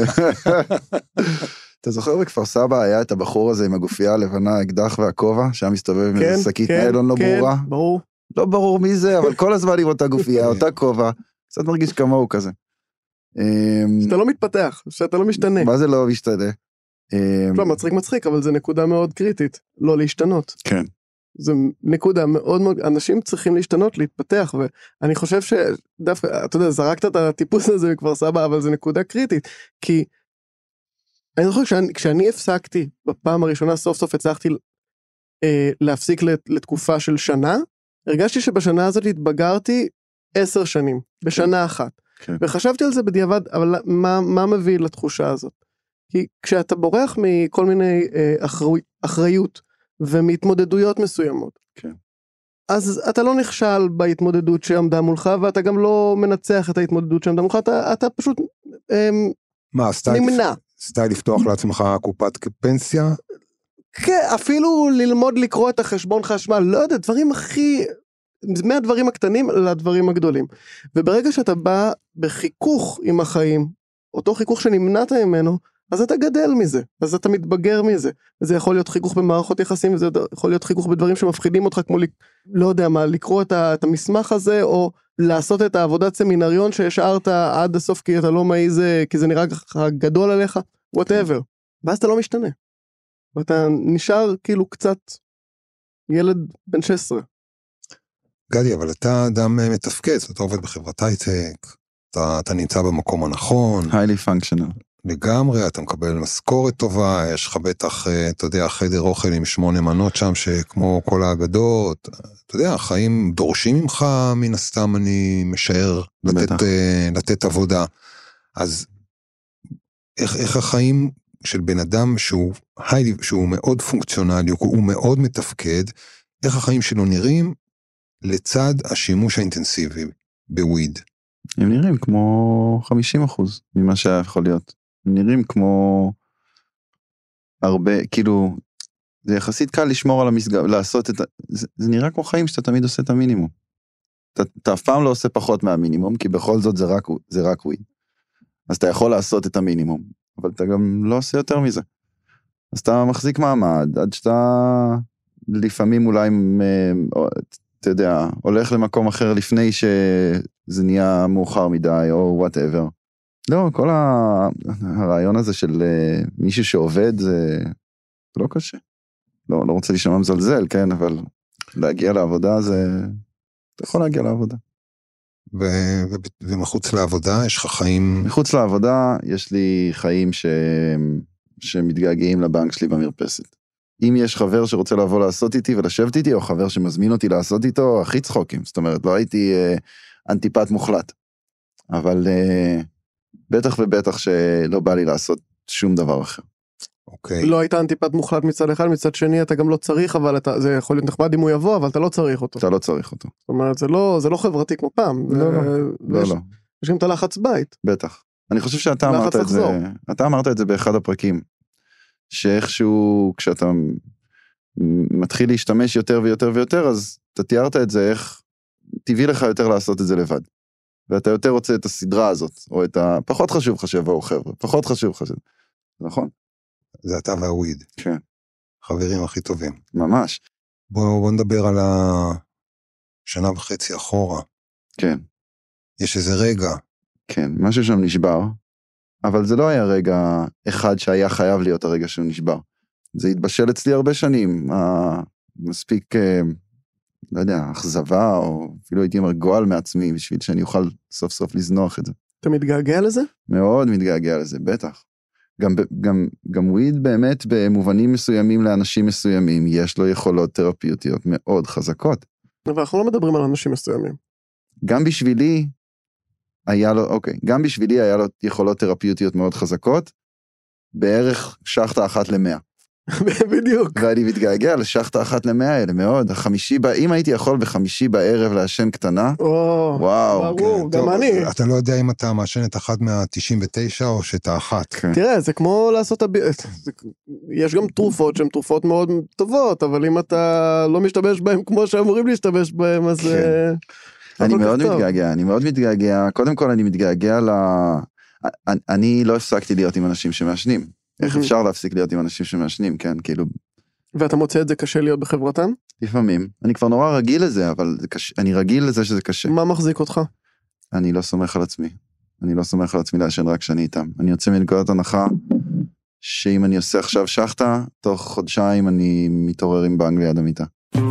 אתה זוכר בכפר סבא היה את הבחור הזה עם הגופייה הלבנה, אקדח והכובע, שהיה מסתובב עם איזה שקית ניילון לא ברורה? כן, ברור. לא ברור מי זה, אבל כל הזמן עם אותה גופייה, אותה כובע, קצת מרגיש כמוהו כזה. שאתה לא מתפתח, שאתה לא משתנה. מה זה לא משתנה? לא, מצחיק מצחיק, אבל זה נקודה מאוד קריטית, לא להשתנות. כן. זה נקודה מאוד מאוד, אנשים צריכים להשתנות, להתפתח, ואני חושב שדווקא, אתה יודע, זרקת את הטיפוס הזה מכפר סבא, אבל זה נקודה קריטית, כי אני זוכר כשאני, כשאני הפסקתי, בפעם הראשונה סוף סוף הצלחתי אה, להפסיק לתקופה של שנה, הרגשתי שבשנה הזאת התבגרתי עשר שנים, בשנה אחת. כן. וחשבתי על זה בדיעבד, אבל מה, מה מביא לתחושה הזאת? כי כשאתה בורח מכל מיני אה, אחרי, אחריות ומהתמודדויות מסוימות, כן. אז אתה לא נכשל בהתמודדות שעמדה מולך, ואתה גם לא מנצח את ההתמודדות שעמדה מולך, אתה, אתה פשוט אה, מה, סטייל, נמנע. סטייל לפתוח לעצמך קופת פנסיה? כן, אפילו ללמוד לקרוא את החשבון חשמל, לא יודע, דברים הכי... מהדברים הקטנים לדברים הגדולים. וברגע שאתה בא בחיכוך עם החיים, אותו חיכוך שנמנעת ממנו, אז אתה גדל מזה, אז אתה מתבגר מזה. וזה יכול להיות חיכוך במערכות יחסים, וזה יכול להיות חיכוך בדברים שמפחידים אותך, כמו, לא יודע מה, לקרוא את, ה, את המסמך הזה, או לעשות את העבודת סמינריון שהשארת עד הסוף, כי אתה לא מעיז, כי זה נראה גדול עליך, whatever. ואז אתה לא משתנה. ואתה נשאר כאילו קצת ילד בן שש עשרה. גדי, אבל אתה אדם מתפקד, אתה עובד בחברת הייטק, אתה, אתה נמצא במקום הנכון. highly functional. לגמרי, אתה מקבל משכורת טובה, יש לך בטח, אתה יודע, חדר אוכל עם שמונה מנות שם, שכמו כל האגדות, אתה יודע, החיים דורשים ממך, מן הסתם אני משער לתת, לתת עבודה. אז איך, איך החיים של בן אדם שהוא, שהוא מאוד פונקציונלי, הוא מאוד מתפקד, איך החיים שלו נראים לצד השימוש האינטנסיבי בוויד? הם נראים כמו חמישים אחוז ממה שהיה יכול להיות. הם נראים כמו הרבה, כאילו, זה יחסית קל לשמור על המסגר, לעשות את, זה, זה נראה כמו חיים שאתה תמיד עושה את המינימום. אתה, אתה אף פעם לא עושה פחות מהמינימום, כי בכל זאת זה רק, זה רק וויד. אז אתה יכול לעשות את המינימום, אבל אתה גם לא עושה יותר מזה. אז אתה מחזיק מעמד, עד שאתה לפעמים אולי, אתה יודע, הולך למקום אחר לפני שזה נהיה מאוחר מדי, או whatever. לא, כל הרעיון הזה של מישהו שעובד, זה לא קשה. לא, לא רוצה לשמוע מזלזל, כן, אבל להגיע לעבודה זה, אתה יכול להגיע לעבודה. ו- ו- ומחוץ לעבודה יש לך חיים? מחוץ לעבודה יש לי חיים ש... שמתגעגעים לבנק שלי במרפסת. אם יש חבר שרוצה לבוא לעשות איתי ולשבת איתי, או חבר שמזמין אותי לעשות איתו, הכי צחוקים. זאת אומרת, לא הייתי אה, אנטיפט מוחלט. אבל אה, בטח ובטח שלא בא לי לעשות שום דבר אחר. אוקיי. לא היית אנטיפט מוחלט מצד אחד, מצד שני אתה גם לא צריך, אבל אתה, זה יכול להיות נחמד אם הוא יבוא, אבל אתה לא צריך אותו. אתה לא צריך אותו. זאת אומרת, זה לא, זה לא חברתי כמו פעם. לא, לא, לא, יש, לא. יש גם את הלחץ בית. בטח. אני חושב שאתה אמרת את זה, אתה אמרת את זה באחד הפרקים, שאיכשהו כשאתה מתחיל להשתמש יותר ויותר ויותר, אז אתה תיארת את זה איך טבעי לך יותר לעשות את זה לבד. ואתה יותר רוצה את הסדרה הזאת, או את ה... פחות חשוב לך שיבואו חבר'ה, פחות חשוב חשוב. נכון? זה אתה והוויד. כן. חברים הכי טובים. ממש. בוא, בוא נדבר על השנה וחצי אחורה. כן. יש איזה רגע. כן, משהו שם נשבר, אבל זה לא היה רגע אחד שהיה חייב להיות הרגע שהוא נשבר. זה התבשל אצלי הרבה שנים, מספיק, לא יודע, אכזבה, או אפילו הייתי אומר גועל מעצמי, בשביל שאני אוכל סוף סוף לזנוח את זה. אתה מתגעגע לזה? מאוד מתגעגע לזה, בטח. גם, גם, גם וויד באמת במובנים מסוימים לאנשים מסוימים, יש לו יכולות תרפיוטיות מאוד חזקות. אבל אנחנו לא מדברים על אנשים מסוימים. גם בשבילי, היה לו, אוקיי, גם בשבילי היה לו יכולות תרפיוטיות מאוד חזקות, בערך שחטה אחת למאה. בדיוק. ואני מתגעגע לשחטה אחת למאה האלה, מאוד. החמישי, אם הייתי יכול בחמישי בערב לעשן קטנה, או, וואו. ברור, כן, גם טוב, אני. אתה לא יודע אם אתה מעשן את אחת מה-תשעים ותשע או שאת האחת. כן. תראה, זה כמו לעשות, הב... יש גם תרופות שהן תרופות מאוד טובות, אבל אם אתה לא משתמש בהן כמו שאמורים להשתמש בהן, אז... כן. אני מאוד מתגעגע, אני מאוד מתגעגע, קודם כל אני מתגעגע ל... אני לא הפסקתי להיות עם אנשים שמעשנים. איך אפשר להפסיק להיות עם אנשים שמעשנים, כן, כאילו... ואתה מוצא את זה קשה להיות בחברתם? לפעמים. אני כבר נורא רגיל לזה, אבל זה קשה, אני רגיל לזה שזה קשה. מה מחזיק אותך? אני לא סומך על עצמי. אני לא סומך על עצמי לעשן רק שאני איתם. אני יוצא מנקודת הנחה, שאם אני עושה עכשיו שחטה, תוך חודשיים אני מתעורר עם בנג ליד המיטה.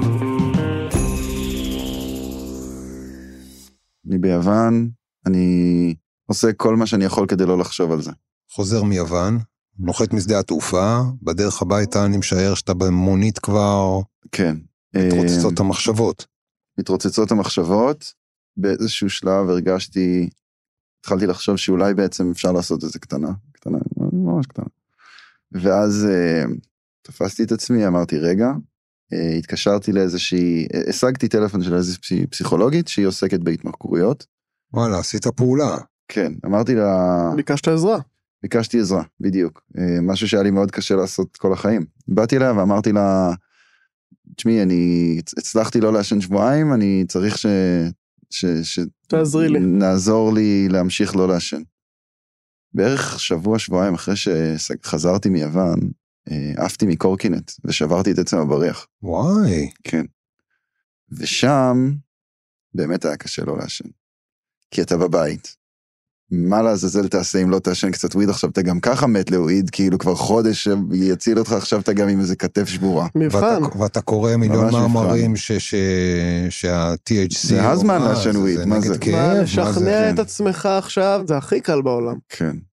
אני ביוון, אני עושה כל מה שאני יכול כדי לא לחשוב על זה. חוזר מיוון, נוחת משדה התעופה, בדרך הביתה אני משער שאתה במונית כבר... כן. מתרוצצות המחשבות. מתרוצצות המחשבות, באיזשהו שלב הרגשתי, התחלתי לחשוב שאולי בעצם אפשר לעשות איזה קטנה, קטנה, ממש קטנה. ואז תפסתי את עצמי, אמרתי רגע, התקשרתי לאיזושהי, השגתי טלפון של איזושהי פסיכולוגית, שהיא עוסקת בהתמכרויות. וואלה, עשית פעולה. כן, אמרתי לה... ביקשת עזרה. ביקשתי עזרה, בדיוק. משהו שהיה לי מאוד קשה לעשות כל החיים. באתי אליה ואמרתי לה, תשמעי, אני הצלחתי לא לעשן שבועיים, אני צריך ש... ש... ש... תעזרי לי. נעזור לי להמשיך לא לעשן. בערך שבוע, שבועיים אחרי שחזרתי מיוון, עפתי מקורקינט ושברתי את עצם הבריח. וואי. כן. ושם באמת היה קשה לא לעשן. כי אתה בבית. מה לעזאזל תעשה אם לא תעשן קצת וויד עכשיו, אתה גם ככה מת לוויד, כאילו כבר חודש יציל אותך, עכשיו אתה גם עם איזה כתף שבורה. מבחן. ואתה, ואתה קורא מיליון מאמרים שה-טי אייץ' סי... זה הזמן לעשן וויד, מה זה? מה לשכנע את עצמך עכשיו, זה הכי קל בעולם. כן.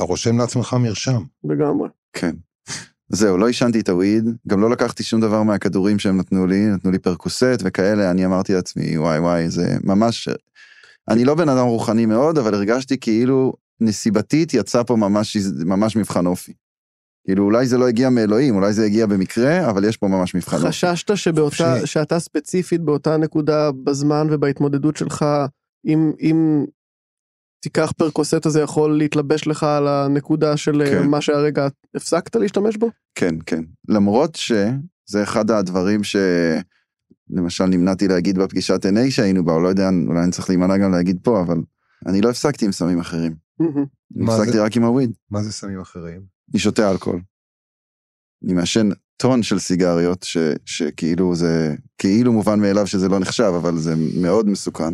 אתה רושם לעצמך מרשם. לגמרי. כן. זהו, לא ישנתי את הוויד, גם לא לקחתי שום דבר מהכדורים שהם נתנו לי, נתנו לי פרקוסט וכאלה, אני אמרתי לעצמי, וואי וואי, זה ממש, אני לא בן אדם רוחני מאוד, אבל הרגשתי כאילו נסיבתית יצא פה ממש, ממש מבחן אופי. כאילו אולי זה לא הגיע מאלוהים, אולי זה הגיע במקרה, אבל יש פה ממש מבחן אופי. חששת שבאותה, שאתה ספציפית באותה נקודה בזמן ובהתמודדות שלך, אם, אם תיקח פרקוסט הזה יכול להתלבש לך על הנקודה של כן. מה שהרגע הפסקת להשתמש בו? כן, כן. למרות שזה אחד הדברים ש... למשל נמנעתי להגיד בפגישת אן איי שהיינו בה, או לא יודע, אולי אני צריך להימנע גם להגיד פה, אבל אני לא הפסקתי עם סמים אחרים. אני הפסקתי רק עם הוויד. מה זה סמים אחרים? אני שותה אלכוהול. אני מעשן טון של סיגריות, ש, שכאילו זה, כאילו מובן מאליו שזה לא נחשב, אבל זה מאוד מסוכן.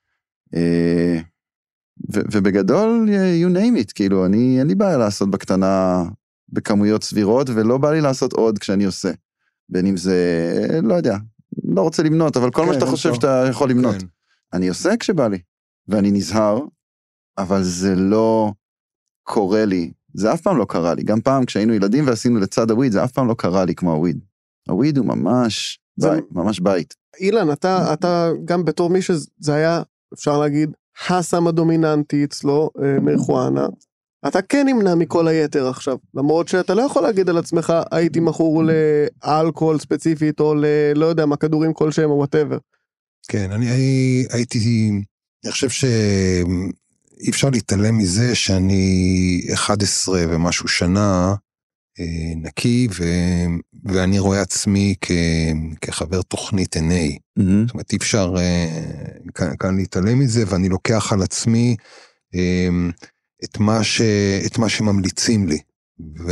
ו, ובגדול, you name it, כאילו, אני, אין לי בעיה לעשות בקטנה, בכמויות סבירות, ולא בא לי לעשות עוד כשאני עושה. בין אם זה, לא יודע, לא רוצה למנות, אבל כל כן, מה שאתה חושב טוב. שאתה יכול למנות. כן. אני עושה כשבא לי, ואני נזהר, אבל זה לא קורה לי, זה אף פעם לא קרה לי, גם פעם כשהיינו ילדים ועשינו לצד הוויד, זה אף פעם לא קרה לי כמו הוויד. הוויד הוא ממש, זה... בית, ממש בית. אילן, אתה, אתה גם בתור מי שזה היה, אפשר להגיד, הסם הדומיננטי אצלו, מריחואנה, אתה כן נמנע מכל היתר עכשיו, למרות שאתה לא יכול להגיד על עצמך, הייתי מכור לאלכוהול ספציפית, או לא יודע מה, כדורים כלשהם או whatever. כן, אני הייתי, אני חושב שאי אפשר להתעלם מזה שאני אחת עשרה ומשהו שנה נקי, ו, ואני רואה עצמי כ, כחבר תוכנית אן איי. Mm-hmm. זאת אומרת, אי אפשר כאן, כאן להתעלם מזה, ואני לוקח על עצמי את מה, ש, את מה שממליצים לי. ו,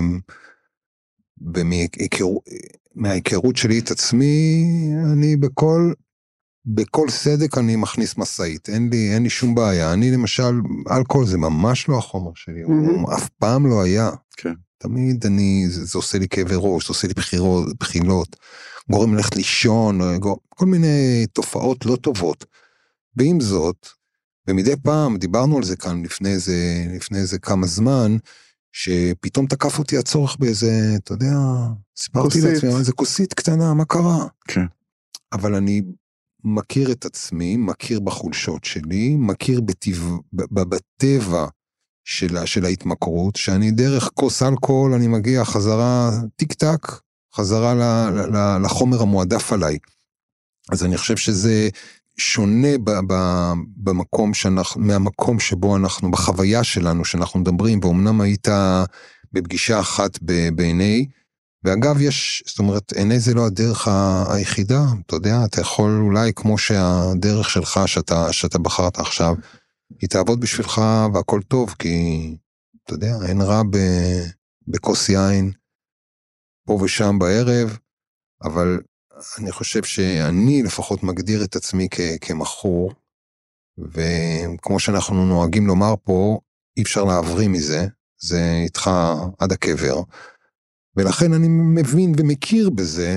ומההיכרות שלי את עצמי, אני בכל... בכל סדק אני מכניס מסעית, אין לי, אין לי שום בעיה. אני למשל, אלכוהול זה ממש לא החומר שלי, הוא אף פעם לא היה. כן. תמיד אני, זה, זה עושה לי כאבי ראש, זה עושה לי בחירות, בחילות, גורם ללכת לישון, כל מיני תופעות לא טובות. ועם זאת, ומדי פעם, דיברנו על זה כאן לפני איזה, לפני איזה כמה זמן, שפתאום תקף אותי הצורך באיזה, אתה יודע, סיפרתי לעצמי, איזה כוסית קטנה, מה קרה? כן. אבל אני מכיר את עצמי, מכיר בחולשות שלי, מכיר בטבע, בטבע של, של ההתמכרות, שאני דרך כוס אלכוהול, אני מגיע חזרה טיק טק, חזרה ל, ל, לחומר המועדף עליי. אז אני חושב שזה שונה ב, ב, במקום שאנחנו, מהמקום שבו אנחנו, בחוויה שלנו, שאנחנו מדברים, ואומנם היית בפגישה אחת ב-אן איי, ואגב יש, זאת אומרת, אן איי זה לא הדרך היחידה, אתה יודע, אתה יכול אולי כמו שהדרך שלך, שאתה, שאתה בחרת עכשיו, היא תעבוד בשבילך והכל טוב, כי אתה יודע, אין רע בכוס יין, פה ושם בערב, אבל אני חושב שאני לפחות מגדיר את עצמי כ- כמכור, וכמו שאנחנו נוהגים לומר פה, אי אפשר להבריא מזה, זה איתך עד הקבר, ולכן אני מבין ומכיר בזה,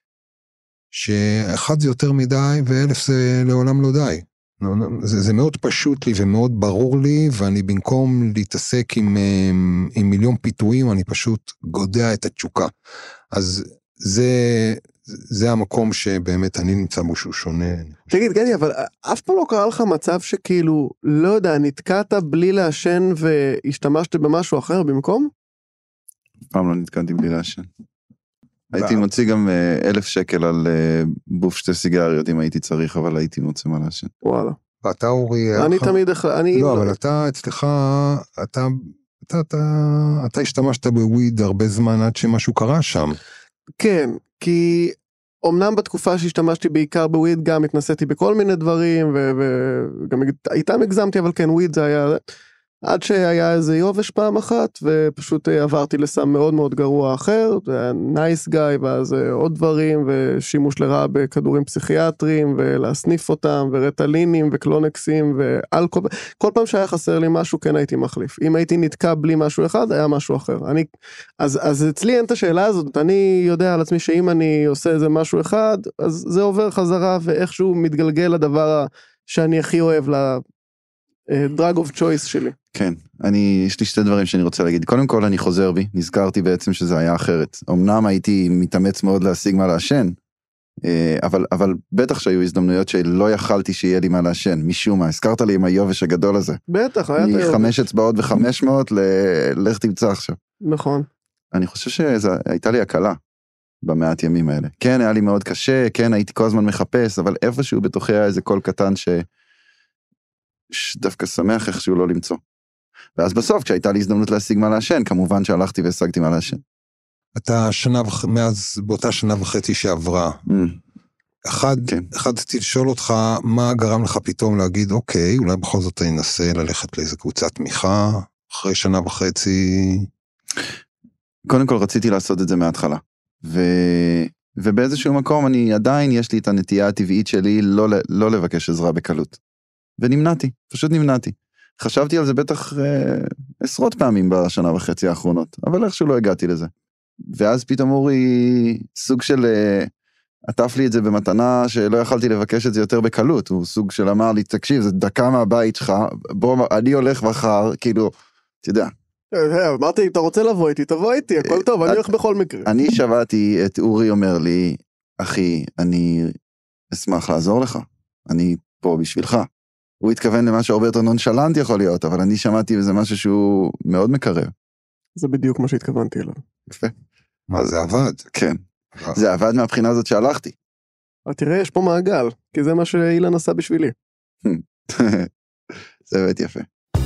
שאחד זה יותר מדי, ואלף זה לעולם לא די. זה, זה מאוד פשוט לי ומאוד ברור לי, ואני במקום להתעסק עם, עם מיליון פיתויים, אני פשוט גודע את התשוקה. אז זה, זה המקום שבאמת אני נמצא בו שהוא שונה. תגיד, גדי, אבל אף פעם לא קרה לך מצב שכאילו, לא יודע, נתקעת בלי לעשן והשתמשת במשהו אחר במקום? פעם לא נתקעתי בלי לעשן. הייתי מוציא גם אלף שקל על בוף שתי סיגריות אם הייתי צריך, אבל הייתי מוצא מה לעשן. וואלה. ואתה אורי... אני תמיד... לא, אבל אתה אצלך, אתה, אתה, אתה, אתה השתמשת בוויד הרבה זמן עד שמשהו קרה שם. כן, כי אמנם בתקופה שהשתמשתי בעיקר בוויד, גם התנסיתי בכל מיני דברים, וגם איתם הגזמתי, אבל כן, וויד זה היה... עד שהיה איזה יובש פעם אחת, ופשוט עברתי לסם מאוד מאוד גרוע אחר, נייס גאי, ואז עוד דברים, ושימוש לרעה בכדורים פסיכיאטריים, ולהסניף אותם, ורטלינים, וקלונקסים, ואלכוהול, כל פעם שהיה חסר לי משהו, כן הייתי מחליף. אם הייתי נתקע בלי משהו אחד, היה משהו אחר. אני, אז, אז אצלי אין את השאלה הזאת, אני יודע על עצמי שאם אני עושה איזה משהו אחד, אז זה עובר חזרה, ואיכשהו מתגלגל לדבר שאני הכי אוהב לה, דרג אוף צ'ויס שלי. כן, אני, יש לי שתי דברים שאני רוצה להגיד. קודם כל, אני חוזר בי, נזכרתי בעצם שזה היה אחרת. אמנם הייתי מתאמץ מאוד להשיג מה לעשן, אבל, אבל בטח שהיו הזדמנויות שלא יכלתי שיהיה לי מה לעשן, משום מה. הזכרת לי עם היובש הגדול הזה. בטח, היה את היובש. מחמש אצבעות וחמש מאות, לך תמצא עכשיו. נכון. אני חושב שהייתה לי הקלה במעט ימים האלה. כן, היה לי מאוד קשה, כן, הייתי כל הזמן מחפש, אבל איפשהו בתוכי היה איזה קול קטן ש... שדווקא שמח איכשהו לא למצוא. ואז בסוף, כשהייתה לי הזדמנות להשיג מה לעשן, כמובן שהלכתי והשגתי מה לעשן. אתה שנה, מאז באותה שנה וחצי שעברה, Mm. אחד, כן. אחד רציתי לשאול אותך, מה גרם לך פתאום להגיד, אוקיי, אולי בכל זאת אני אנסה ללכת לאיזו קבוצת תמיכה, אחרי שנה וחצי? קודם כל רציתי לעשות את זה מההתחלה. ו... ובאיזשהו מקום אני עדיין, יש לי את הנטייה הטבעית שלי לא, לא לבקש עזרה בקלות. ונמנעתי, פשוט נמנעתי. חשבתי על זה בטח אה, עשרות פעמים בשנה וחצי האחרונות, אבל איכשהו לא הגעתי לזה. ואז פתאום אורי סוג של, אה, עטף לי את זה במתנה שלא יכלתי לבקש את זה יותר בקלות, הוא סוג של אמר לי, תקשיב, זה דקה מהבית שלך, בוא, אני הולך מחר, כאילו, אתה יודע. אמרתי, אתה רוצה לבוא איתי, תבוא איתי, הכל טוב, אני הולך בכל מקרה. אני שמעתי את אורי אומר לי, אחי, אני אשמח לעזור לך, אני פה בשבילך. הוא התכוון למשהו הרבה יותר נונשלנט יכול להיות, אבל אני שמעתי וזה משהו שהוא מאוד מקרב. זה בדיוק מה שהתכוונתי אליו. יפה. מה, זה עבד? כן. זה עבד מהבחינה הזאת שהלכתי. אבל תראה, יש פה מעגל, כי זה מה שאילן עשה בשבילי. זה באמת יפה.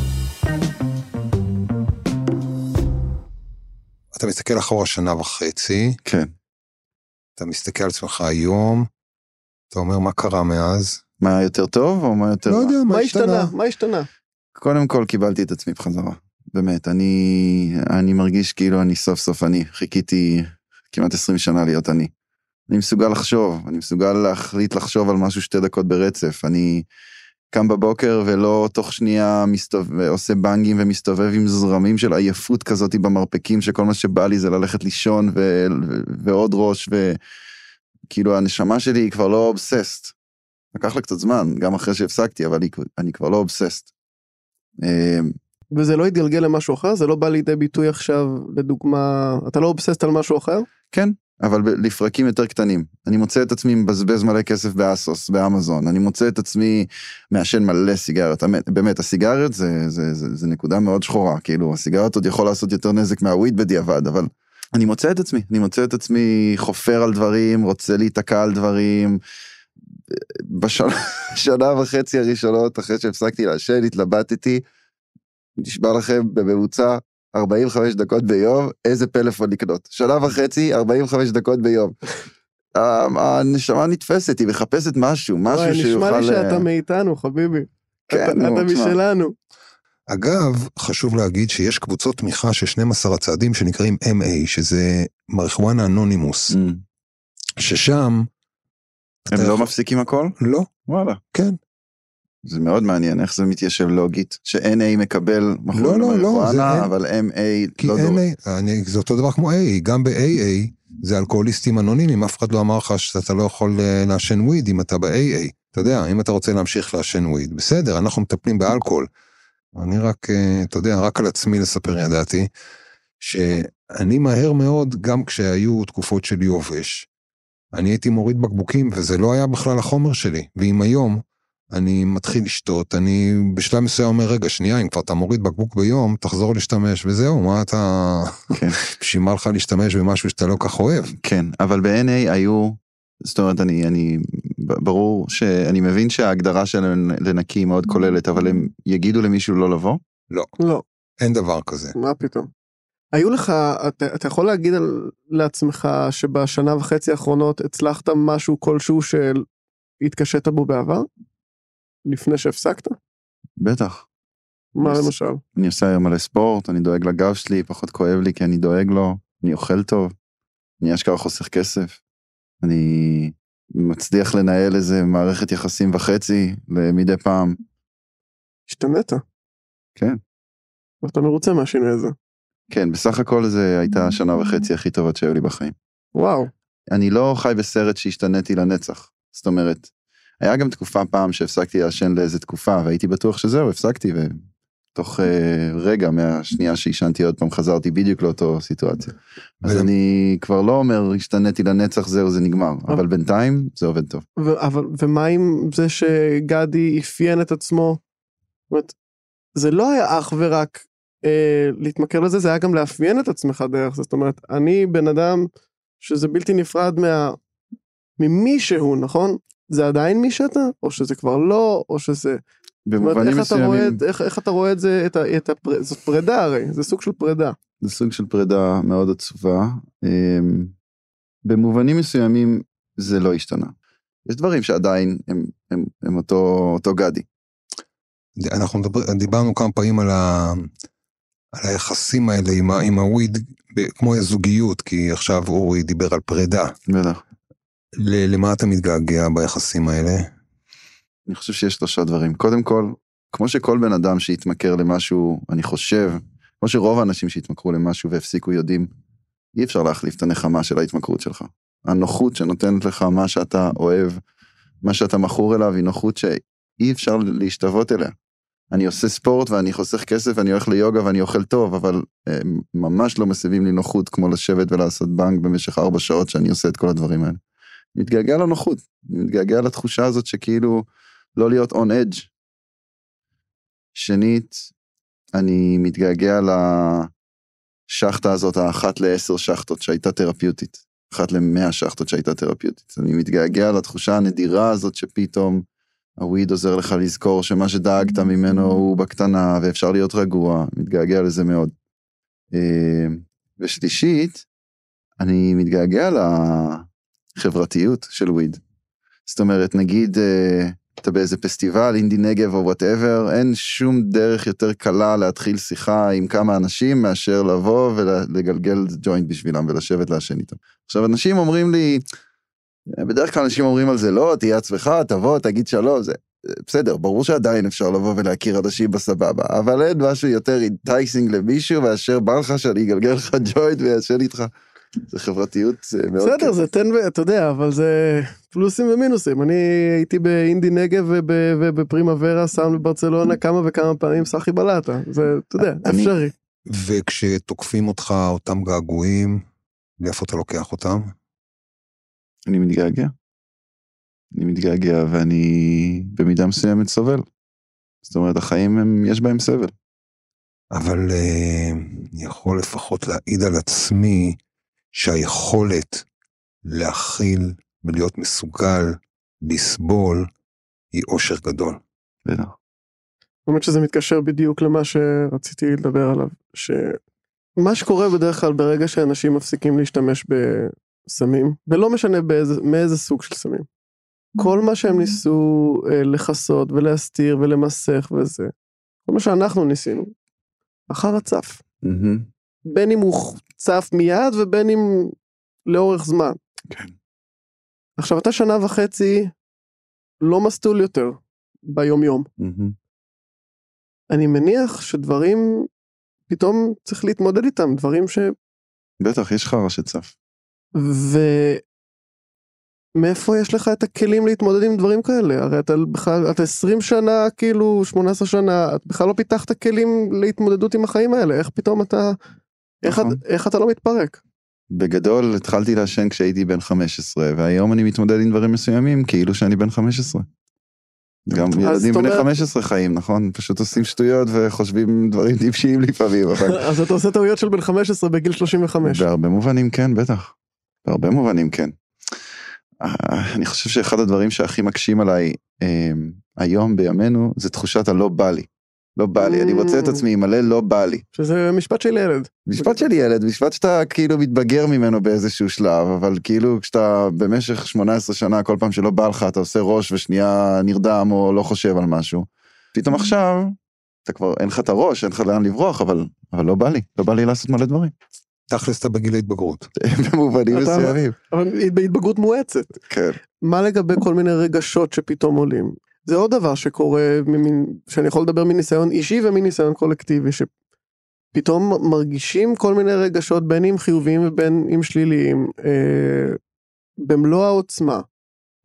אתה מסתכל אחורה שנה וחצי. כן. אתה מסתכל על עצמך היום, אתה אומר מה קרה מאז? מה יותר טוב או מה יותר... לא יודע, מה השתנה? מה השתנה? קודם כל קיבלתי את עצמי בחזרה. באמת, אני, אני מרגיש כאילו אני סוף סוף אני. חיכיתי כמעט עשרים שנה להיות אני. אני מסוגל לחשוב, אני מסוגל להחליט לחשוב על משהו שתי דקות ברצף. אני קם בבוקר ולא תוך שנייה מסתובב, עושה בנגים ומסתובב עם זרמים של עייפות כזאת במרפקים, שכל מה שבא לי זה ללכת לישון ו, ו, ועוד ראש, וכאילו הנשמה שלי היא כבר לא אובססט. לקח לה קצת זמן, גם אחרי שהפסקתי, אבל אני, אני כבר לא אובססט. וזה לא התגלגל למשהו אחר? זה לא בא לידי ביטוי עכשיו, לדוגמה, אתה לא אובססט על משהו אחר? כן, אבל לפרקים יותר קטנים. אני מוצא את עצמי מבזבז מלא כסף באסוס, באמזון. אני מוצא את עצמי מעשן מלא סיגריות. באמת, הסיגריות זה, זה, זה, זה נקודה מאוד שחורה. כאילו, הסיגריות עוד יכול לעשות יותר נזק מהוויד בדיעבד, אבל אני מוצא את עצמי. אני מוצא את עצמי חופר על דברים, רוצה להתעקע על דברים. בשנה וחצי הראשונות, אחרי שהפסקתי לעשן, התלבטתי, נשבע לכם בממוצע ארבעים וחמש דקות ביום, איזה פלאפון לקנות. שנה וחצי, ארבעים וחמש דקות ביום. הנשמה נתפסת, היא מחפשת משהו, משהו שיוכל... נשמע לי שאתה מאיתנו, חביבי. אתה משלנו. אגב, חשוב להגיד שיש קבוצות תמיכה של שנים עשר הצעדים שנקראים אם איי, שזה מריחואנה אנונימוס, ששם... הם לא מפסיקים הכל? לא. וואלה. כן. זה מאוד מעניין, איך זה מתיישב לוגית, ש-אן איי מקבל מכון מריחואנה, אבל אם איי לא דור. זה אותו דבר כמו איי איי, גם ב-איי איי זה אלכוהוליסטים אנונימיים, אף אחד לא אמר לך שאתה לא יכול לעשן וויד אם אתה ב-איי איי. אתה יודע, אם אתה רוצה להמשיך לעשן וויד, בסדר, אנחנו מטפלים באלכוהול. אני רק, אתה יודע, רק על עצמי לספר ידעתי, שאני מהר מאוד, גם כשהיו תקופות של יובש, אני הייתי מוריד בקבוקים, וזה לא היה בכלל החומר שלי. ואם היום אני מתחיל לשתות, אני בשלב מסוים אומר, רגע, שנייה, אם כבר אתה מוריד בקבוק ביום, תחזור להשתמש, וזהו, מה אתה... כן. שימה לך להשתמש במשהו שאתה לא כך אוהב. כן, אבל ב-אן איי היו, זאת אומרת, אני, אני, ברור שאני מבין שההגדרה שלנו לנקי מאוד כוללת, אבל הם יגידו למישהו לא לבוא? לא. לא. אין דבר כזה. מה פתאום? היו לך, אתה, אתה יכול להגיד על, לעצמך שבשנה וחצי האחרונות הצלחת משהו כלשהו שהתקשית בו בעבר? לפני שהפסקת? בטח. מה למשל? אני עושה היום מלא ספורט, אני דואג לגב שלי, פחות כואב לי כי אני דואג לו, אני אוכל טוב, אני אשכרה חוסך כסף, אני מצליח לנהל איזה מערכת יחסים וחצי מדי פעם. השתנית? כן. ואתה מרוצה מהשינוי הזה? כן, בסך הכל זה הייתה השנה וחצי הכי טובות שהיו לי בחיים. וואו. אני לא חי בסרט שהשתניתי לנצח, זאת אומרת, היה גם תקופה פעם שהפסקתי לעשן לאיזה תקופה, והייתי בטוח שזהו, הפסקתי, ותוך uh, רגע מהשנייה שהשנתי עוד פעם, חזרתי בדיוק לאותו סיטואציה. אז ו... אני כבר לא אומר, השתניתי לנצח, זהו, זה נגמר, אבל בינתיים זה עובד טוב. ו- אבל, ומה עם זה שגדי אפיין את עצמו? זאת אומרת, זה לא היה אך ורק אה, להתמכר לזה, זה היה גם לאפיין את עצמך דרך זה, זאת אומרת, אני בן אדם שזה בלתי נפרד מה... ממישהו, נכון? זה עדיין מי שאתה? או שזה כבר לא, או שזה... במובנים מסוימים... איך, איך אתה רואה את זה, את ה, את הפר... זאת פרידה הרי, זה סוג של פרידה. זה סוג של פרידה מאוד עצובה. במובנים מסוימים זה לא השתנה. יש דברים שעדיין הם, הם, הם אותו, אותו גדי. אנחנו דבר, דיברנו כמה פעמים על, ה, על היחסים האלה עם, עם הוויד, כמו הזוגיות, כי עכשיו אורי דיבר על פרידה. בטח. למה אתה מתגעגע ביחסים האלה? אני חושב שיש שלושה דברים. קודם כל, כמו שכל בן אדם שהתמכר למשהו, אני חושב, כמו שרוב האנשים שהתמכרו למשהו והפסיקו יודעים, אי אפשר להחליף את הנחמה של ההתמכרות שלך. הנוחות שנותנת לך מה שאתה אוהב, מה שאתה מכור אליו, היא נוחות שאי אפשר להשתוות אליה. אני עושה ספורט ואני חוסך כסף, ואני הולך ליוגה ואני אוכל טוב, אבל אה, ממש לא מסביבים לי נוחות כמו לשבת ולעשות בנק במשך ארבע שעות שאני עושה את כל הדברים האלה. אני מתגעגע לנוחות, אני מתגעגע לתחושה הזאת שכאילו לא להיות on edge. שנית, אני מתגעגע לשחטה הזאת, האחת לעשר שחטות שהייתה תרפיוטית, אחת למאה שחטות שהייתה תרפיוטית. אני מתגעגע לתחושה הנדירה הזאת שפתאום הוויד עוזר לך לזכור שמה שדאגת ממנו הוא בקטנה ואפשר להיות רגוע, מתגעגע לזה מאוד. ושלישית, אני מתגעגע לחברתיות של וויד. זאת אומרת, נגיד, אתה באיזה פסטיבל, אינדי נגב או whatever, אין שום דרך יותר קלה להתחיל שיחה עם כמה אנשים, מאשר לבוא ולגלגל ג'וינט בשבילם, ולשבת לעשן איתם. עכשיו, אנשים אומרים לי, בדרך כלל אנשים אומרים על זה, לא, תהיה עצמך, תבוא, תגיד שלום, זה בסדר, ברור שעדיין אפשר לבוא ולהכיר אנשים בסבבה, אבל אין משהו יותר אינטייסינג למישהו, מאשר בא לך שאני אגלגל לך ג'וינט ויעשן איתך. זה חברתיות מאוד... בסדר, זה תן, אתה יודע, אבל זה פלוסים ומינוסים. אני הייתי באינדי נגב ובפרימה-ורה, סם בברצלונה, כמה וכמה פעמים סחי בלטה. זה, אתה יודע, אפשרי. וכשתוקפים אותך אותם געגועים, לאיפה אתה לוקח אותם? אני מתגעגע. אני מתגעגע, ואני במידה מסוימת סובל. זאת אומרת, החיים הם, יש בהם סבל. אבל אני יכול לפחות להעיד על עצמי, שהיכולת להכיל ולהיות מסוגל לסבול היא אושר גדול. בטח. באמת שזה מתקשר בדיוק למה שרציתי לדבר עליו, שמה שקורה בדרך כלל ברגע שאנשים מפסיקים להשתמש בסמים, ולא משנה באיזה, מאיזה סוג של סמים, כל מה שהם ניסו לחסות ולהסתיר ולמסך וזה, כל מה שאנחנו ניסינו, אחר הצף. Mm-hmm. בין אם הוא צף מיד ובין אם לאורך זמן. כן. עכשיו אתה שנה וחצי לא מסטול יותר ביום יום. Mm-hmm. אני מניח שדברים פתאום צריך להתמודד איתם, דברים ש... בטח, יש חרא שצף. ומאיפה יש לך את הכלים להתמודד עם דברים כאלה? הרי אתה בכלל, אתה עשרים שנה, כאילו שמונה עשרה שנה, את בכלל לא פיתחת כלים להתמודדות עם החיים האלה, איך פתאום אתה... איך, איך אתה לא מתפרק? בגדול התחלתי לעשן כשהייתי בן חמש עשרה, והיום אני מתמודד עם דברים מסוימים, כאילו שאני בן חמש עשרה. גם ילדים בני חמש עשרה חיים, נכון? פשוט עושים שטויות וחושבים דברים טיפשיים לפעמים. אז אתה עושה טעויות של בן חמש עשרה בגיל שלושים וחמש. בהרבה מובנים כן, בטח. בהרבה מובנים כן. אני חושב שאחד הדברים שהכי מקשים עליי היום בימינו, זה תחושת הלא בא לי. לא בא לי, אני רוצה את עצמי, מלא לא בא לי. שזה משפט של ילד. משפט של ילד, משפט שאתה כאילו מתבגר ממנו באיזשהו שלב, אבל כאילו כשאתה במשך שמונה עשרה שנה, כל פעם שלא בא לך, אתה עושה ראש ושנייה נרדם או לא חושב על משהו. פתאום עכשיו, אתה כבר אין לך את הראש, אין לך לאן לברוח, אבל, אבל לא בא לי, לא בא לי לעשות מלא דברים. תכלס אתה בגיל ההתבגרות. במובנים מסוימים. אבל בהתבגרות מואצת. כן. מה לגבי כל מיני רגשות שפתאום עולים? זה עוד דבר שקורה, שאני יכול לדבר מניסיון אישי ומניסיון קולקטיבי, שפתאום מרגישים כל מיני רגשות, בין אם חיוביים ובין אם שליליים, אה, במלוא העוצמה.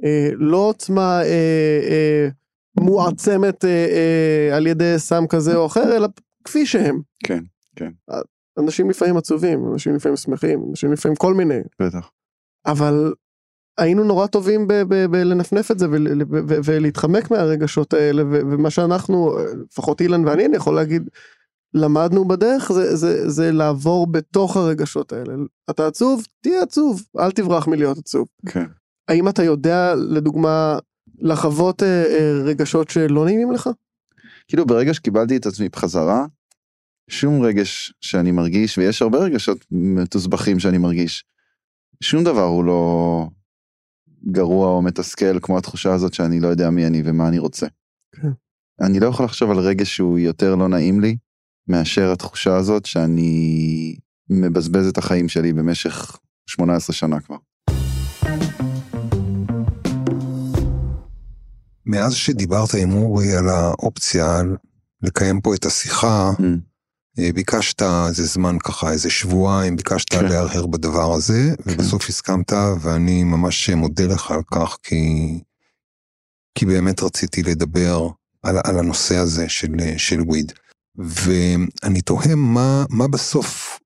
אה, לא עוצמה אה, אה, מועצמת אה, אה, על ידי סם כזה או אחר, אלא כפי שהם. כן, כן. אנשים לפעמים עצובים, אנשים לפעמים שמחים, אנשים לפעמים כל מיני. בטח. אבל היינו נורא טובים בלנפנף את זה ולהתחמק מהרגשות האלה, ומה שאנחנו, לפחות אילן ואני, אני יכול להגיד, למדנו בדרך, זה, זה, זה לעבור בתוך הרגשות האלה. אתה עצוב? תהיה עצוב, אל תברח מלהיות עצוב. כן. האם אתה יודע, לדוגמה, לחוות רגשות שלא נעימים לך? כאילו ברגע שקיבלתי את עצמי בחזרה, שום רגש שאני מרגיש, ויש הרבה רגשות מתוסבכים שאני מרגיש, שום דבר הוא לא גרוע או מתסכל, כמו התחושה הזאת שאני לא יודע מי אני ומה אני רוצה. כן. אני לא יכול לחשוב על רגש שהוא יותר לא נעים לי, מאשר התחושה הזאת שאני מבזבז את החיים שלי במשך שמונה עשרה שנה כבר. מאז שדיברת עם אורי על האופציה לקיים פה את השיחה, mm. ביקשת איזה זמן ככה, איזה שבועיים, ביקשת כן. להרהר בדבר הזה, כן. ובסוף הסכמת, ואני ממש מודה לך על כך, כי, כי באמת רציתי לדבר על, על הנושא הזה של, של וויד. ואני תוהה מה, מה בסוף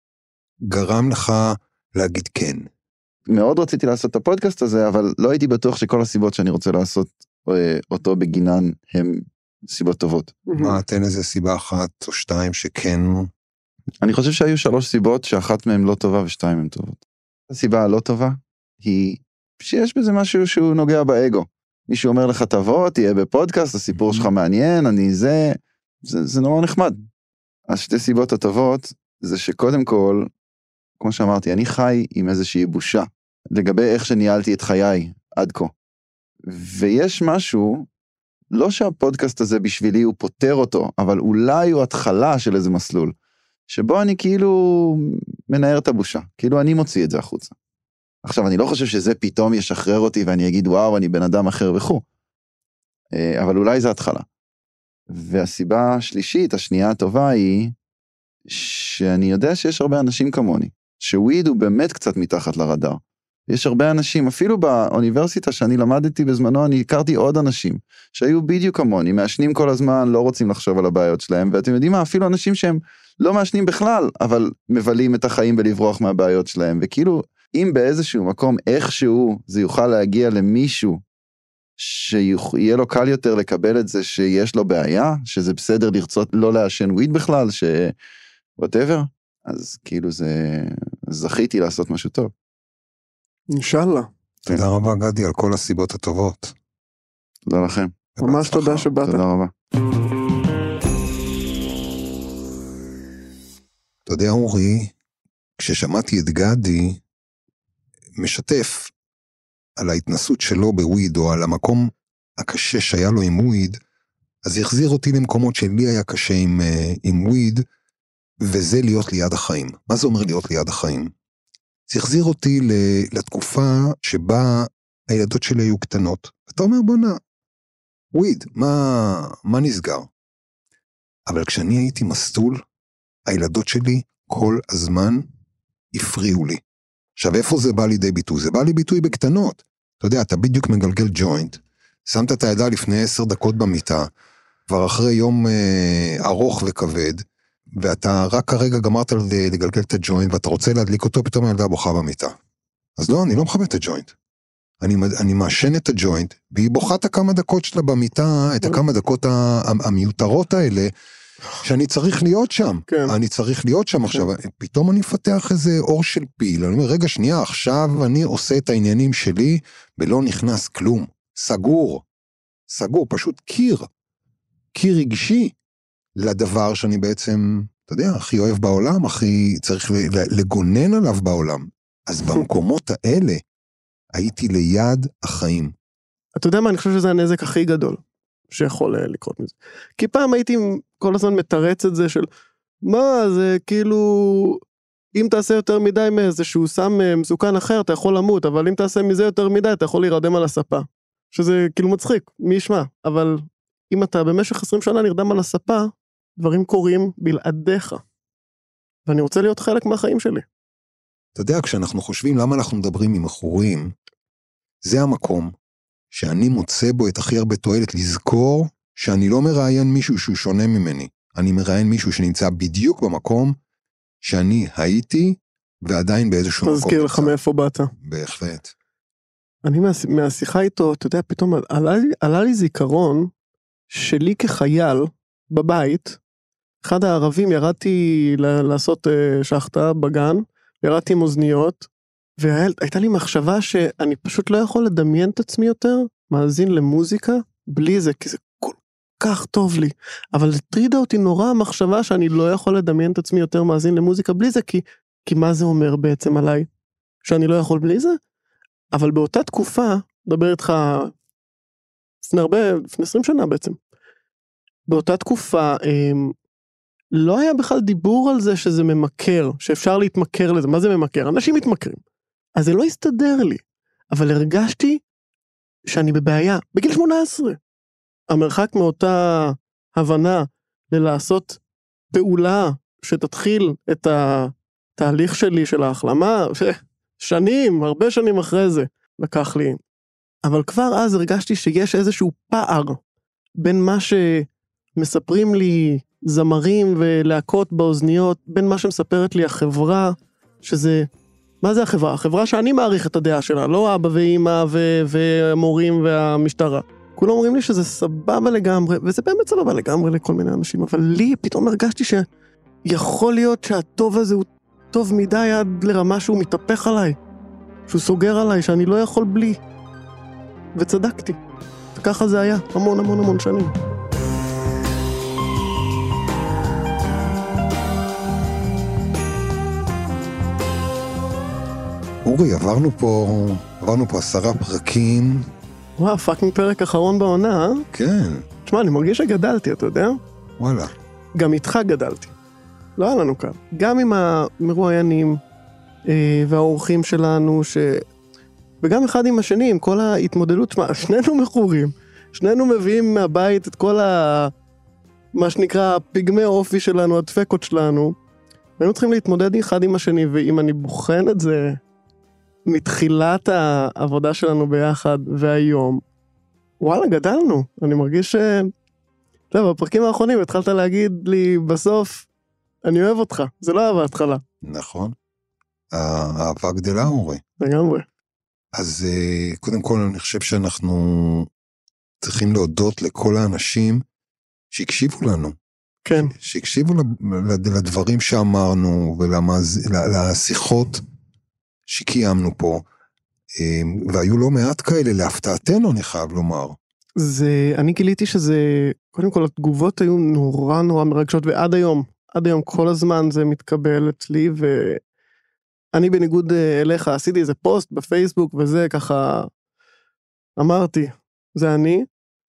גרם לך להגיד כן. מאוד רציתי לעשות את הפודקאסט הזה, אבל לא הייתי בטוח שכל הסיבות שאני רוצה לעשות אותו בגינן הם סיבות טובות. מה, תן איזה סיבה אחת או שתיים שכן? אני חושב שהיו שלוש סיבות שאחת מהן לא טובה ושתיים הן טובות. הסיבה הלא טובה היא שיש בזה משהו שהוא נוגע באגו. מישהו אומר לך תבוא, תהיה בפודקאסט, הסיפור שלך מעניין, אני זה, זה, זה נורא נחמד. השתי סיבות הטובות זה שקודם כל, כמו שאמרתי, אני חי עם איזושהי בושה לגבי איך שניהלתי את חיי עד כה. ויש משהו, לא שהפודקאסט הזה בשבילי הוא פותר אותו, אבל אולי הוא התחלה של איזה מסלול, שבו אני כאילו מנער את הבושה, כאילו אני מוציא את זה החוצה. עכשיו, אני לא חושב שזה פתאום ישחרר אותי, ואני אגיד, וואו, אני בן אדם אחר וכו'. אבל אולי זה התחלה. והסיבה השלישית, השנייה הטובה היא, שאני יודע שיש הרבה אנשים כמוני, שוויד הוא באמת קצת מתחת לרדאר. יש הרבה אנשים, אפילו באוניברסיטה שאני למדתי בזמנו, אני הכרתי עוד אנשים, שהיו בדיוק כמוני, מעשנים כל הזמן, לא רוצים לחשוב על הבעיות שלהם, ואתם יודעים מה, אפילו אנשים שהם לא מעשנים בכלל, אבל מבלים את החיים ולברוח מהבעיות שלהם, וכאילו, אם באיזשהו מקום, איכשהו, זה יוכל להגיע למישהו, שיהיה לו קל יותר לקבל את זה, שיש לו בעיה, שזה בסדר לרצות לא לעשן וויד בכלל, ש... whatever, אז כאילו זה, זכיתי לעשות משהו טוב. אינשאללה. תודה רבה גדי על כל הסיבות הטובות. תודה לכם. ממש תודה שבאת. תודה רבה. אתה יודע אורי, כששמעתי את גדי משתף על ההתנסות שלו בוויד, או על המקום הקשה שהיה לו עם וויד, אז החזיר אותי למקומות שלי היה קשה עם, עם וויד, וזה להיות ליד החיים. מה זה אומר להיות ליד החיים? זה החזיר אותי לתקופה שבה הילדות שלי היו קטנות. אתה אומר, בוא נע, וויד, מה, מה נסגר? אבל כשאני הייתי מסטול, הילדות שלי כל הזמן הפריעו לי. עכשיו, איפה זה בא לידי ביטוי? זה בא לי ביטוי בקטנות. אתה יודע, אתה בדיוק מגלגל ג'וינט, שמת את הידה לפני עשר דקות במיטה, כבר אחרי יום אה, ארוך וכבד, ואתה רק כרגע גמרת לגלגל את הג'וינט, ואתה רוצה להדליק אותו, פתאום הילדה בוכה במיטה. אז לא, אני לא מכבד את הג'וינט. אני, אני מאשן את הג'וינט, והיא בוכה את הכמה דקות שלה במיטה, את הכמה דקות המיותרות האלה, שאני צריך להיות שם. כן. אני צריך להיות שם עכשיו. כן. פתאום אני אפתח איזה אור של פיל. אני אומר, רגע שנייה, עכשיו אני עושה את העניינים שלי, ולא נכנס כלום. סגור. סגור, פשוט קיר. קיר רגשי. לדבר שאני בעצם, אתה יודע, הכי אוהב בעולם, הכי צריך לגונן עליו בעולם. אז במקומות האלה, הייתי ליד החיים. אתה יודע מה, אני חושב שזה הנזק הכי גדול, שיכול לקרות מזה. כי פעם הייתי כל הזמן מתרץ את זה של, מה, זה כאילו, אם תעשה יותר מדי מאיזשהו סם מסוכן אחר, אתה יכול למות, אבל אם תעשה מזה יותר מדי, אתה יכול להירדם על הספה. שזה כאילו מצחיק, מי ישמע, אבל אם אתה במשך עשרים שנה נרדם על הספה, דברים קורים בלעדיך. ואני רוצה להיות חלק מהחיים שלי. אתה יודע, כשאנחנו חושבים למה אנחנו מדברים עם אחורים, זה המקום שאני מוצא בו את הכי הרבה תועלת, לזכור שאני לא מראיין מישהו שהוא שונה ממני, אני מראיין מישהו שנמצא בדיוק במקום שאני הייתי, ועדיין באיזשהו מקום. תזכיר לך מאיפה באת. בהחלט. אני מה, מהשיחה איתו, אתה יודע, פתאום עלה, עלה לי זיכרון שלי כחייל בבית, אחד הערבים ירדתי לעשות שחטה בגן, ירדתי עם אוזניות, והייתה לי מחשבה שאני פשוט לא יכול לדמיין את עצמי יותר, מאזין למוזיקה, בלי זה, כי זה כל כך טוב לי, אבל הטרידה אותי נורא המחשבה שאני לא יכול לדמיין את עצמי יותר מאזין למוזיקה בלי זה, כי, כי מה זה אומר בעצם עליי? שאני לא יכול בלי זה? אבל באותה תקופה, דבר איתך, לפני הרבה, לפני עשרים שנה בעצם, באותה תקופה, לא היה בכלל דיבור על זה שזה ממכר, שאפשר להתמכר לזה. מה זה ממכר? אנשים מתמכרים. אז זה לא הסתדר לי, אבל הרגשתי שאני בבעיה, בגיל שמונה עשרה. המרחק מאותה הבנה ללעשות פעולה שתתחיל את התהליך שלי של ההחלמה, שנים, הרבה שנים אחרי זה, לקח לי. אבל כבר אז הרגשתי שיש איזשהו פער בין מה שמספרים לי זמרים ולהקות באוזניות, בין מה שמספרת לי החברה, שזה, מה זה החברה? החברה שאני מעריך את הדעה שלה, לא אבא ואמא ו- והמורים והמשטרה. כולם אומרים לי שזה סבבה לגמרי, וזה באמת סבבה לגמרי לכל מיני אנשים, אבל לי פתאום הרגשתי שיכול להיות שהטוב הזה הוא טוב מדי עד לרמה שהוא מתהפך עליי, שהוא סוגר עליי, שאני לא יכול בלי. וצדקתי. וככה זה היה, המון המון המון שנים. אורי, עברנו פה, עברנו פה עשרה פרקים. וואו, פאקינג פרק אחרון בעונה, אה? כן. תשמע, אני מרגיש שגדלתי, אתה יודע? וואלה. גם איתך גדלתי. לא היה לנו כאן. גם עם המרואיינים אה, והאורחים שלנו, ש... וגם אחד עם השני, עם כל ההתמודדות, שמה, שנינו מכורים, שנינו מביאים מהבית את כל ה... מה שנקרא, פגמי האופי שלנו, הדפקות שלנו, והיינו צריכים להתמודד אחד עם השני, ואם אני בוחן את זה מתחילת העבודה שלנו ביחד והיום, וואלה, גדלנו. אני מרגיש ש... טוב, בפרקים האחרונים התחלת להגיד לי בסוף, אני אוהב אותך. זה לא אהבה התחלה. נכון. האהבה גדלה, אורי. לגמרי. אז קודם כל אני חושב שאנחנו צריכים להודות לכל האנשים שהקשיבו לנו. כן. שהקשיבו לדברים שאמרנו ולשיחות שקיימנו פה, והיו לא מעט כאלה להפתעתנו, אני חייב לומר. זה, אני גיליתי שזה, קודם כל התגובות היו נורא נורא מרגשות, ועד היום, עד היום כל הזמן זה מתקבל אצלי, ואני בניגוד אליך עשיתי איזה פוסט בפייסבוק, וזה ככה, אמרתי, זה אני,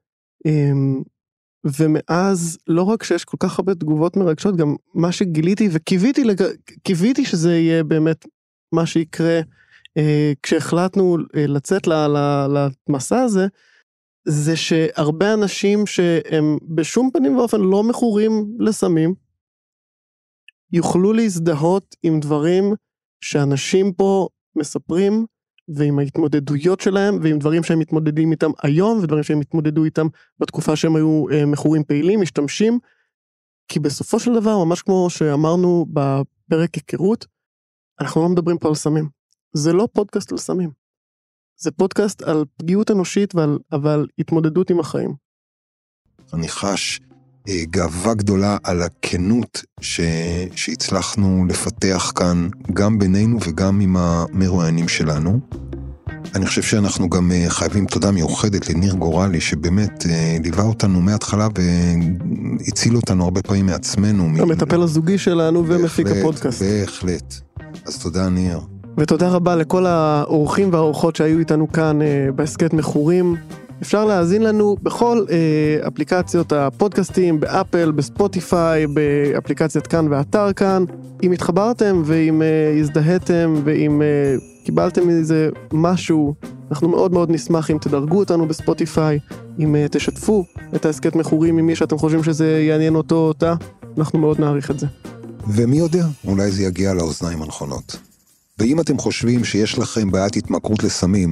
ומאז לא רק שיש כל כך הרבה תגובות מרגשות, גם מה שגיליתי, וקיוויתי לג... קיוויתי שזה יהיה באמת מה שיקרה, כשהחלטנו לצאת למסע הזה, זה שהרבה אנשים שהם בשום פנים ואופן לא מכורים לסמים, יוכלו להזדהות עם דברים שאנשים פה מספרים, ועם ההתמודדויות שלהם, ועם דברים שהם מתמודדים איתם היום, ודברים שהם התמודדו איתם בתקופה שהם היו מכורים פעילים, משתמשים, כי בסופו של דבר, ממש כמו שאמרנו בפרק היכרות, אנחנו לא מדברים פה על סמים. זה לא פודקאסט על סמים. זה פודקאסט על פגיעות אנושית, ועל, אבל התמודדות עם החיים. אני חש אה, גאווה גדולה על הכנות ש... שהצלחנו לפתח כאן, גם בינינו וגם עם המרואיינים שלנו. אני חושב שאנחנו גם אה, חייבים תודה מיוחדת לניר גורלי, שבאמת אה, ליווה אותנו מההתחלה, והציל אותנו הרבה פעמים מעצמנו. המטפל הזוגי שלנו בהחלט, ומפיק הפודקאסט. בהחלט. אז תודה ניר. ותודה רבה לכל האורחים והאורחות שהיו איתנו כאן אה, בהסקט מכורים. אפשר להאזין לנו בכל אה, אפליקציות הפודקאסטים, באפל, בספוטיפיי, באפליקציית כאן ואתר כאן. אם התחברתם ואם אה, הזדהיתם ואם אה, קיבלתם איזה משהו, אנחנו מאוד מאוד נשמח אם תדרגו אותנו בספוטיפיי, אם אה, תשתפו את ההסקט מכורים עם מי שאתם חושבים שזה יעניין אותו או אותה, אנחנו מאוד נעריך את זה. ומי יודע, אולי זה יגיע לאוזניים הנכונות. ואם אתם חושבים שיש לכם בעיית התמכרות לסמים,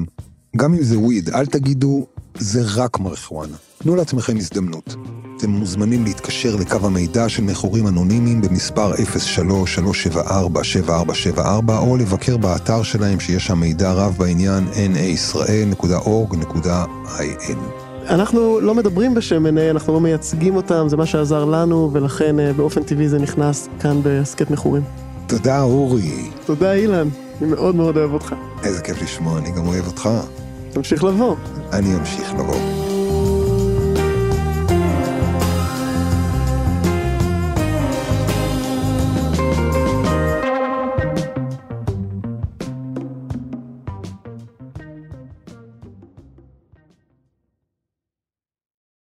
גם אם זה וויד, אל תגידו, זה רק מריחואנה. תנו לעצמכם הזדמנות. אתם מוזמנים להתקשר לקו המידע של מכורים אנונימיים במספר אפס שלוש שלוש שבע ארבע שבע ארבע שבע ארבע, או לבקר באתר שלהם שיש שם מידע רב בעניין אן איי ישראל נקודה אורג נקודה איי אן. אנחנו לא מדברים בשם אן איי, אנחנו לא מייצגים אותם, זה מה שעזר לנו, ולכן באופן טבעי זה נכנס כאן בהסכת מכורים. תודה אורי. תודה אילן, אני מאוד מאוד אוהב אותך. איזה כיף לשמוע, אני גם אוהב אותך. תמשיך לבוא. אני אמשיך לבוא.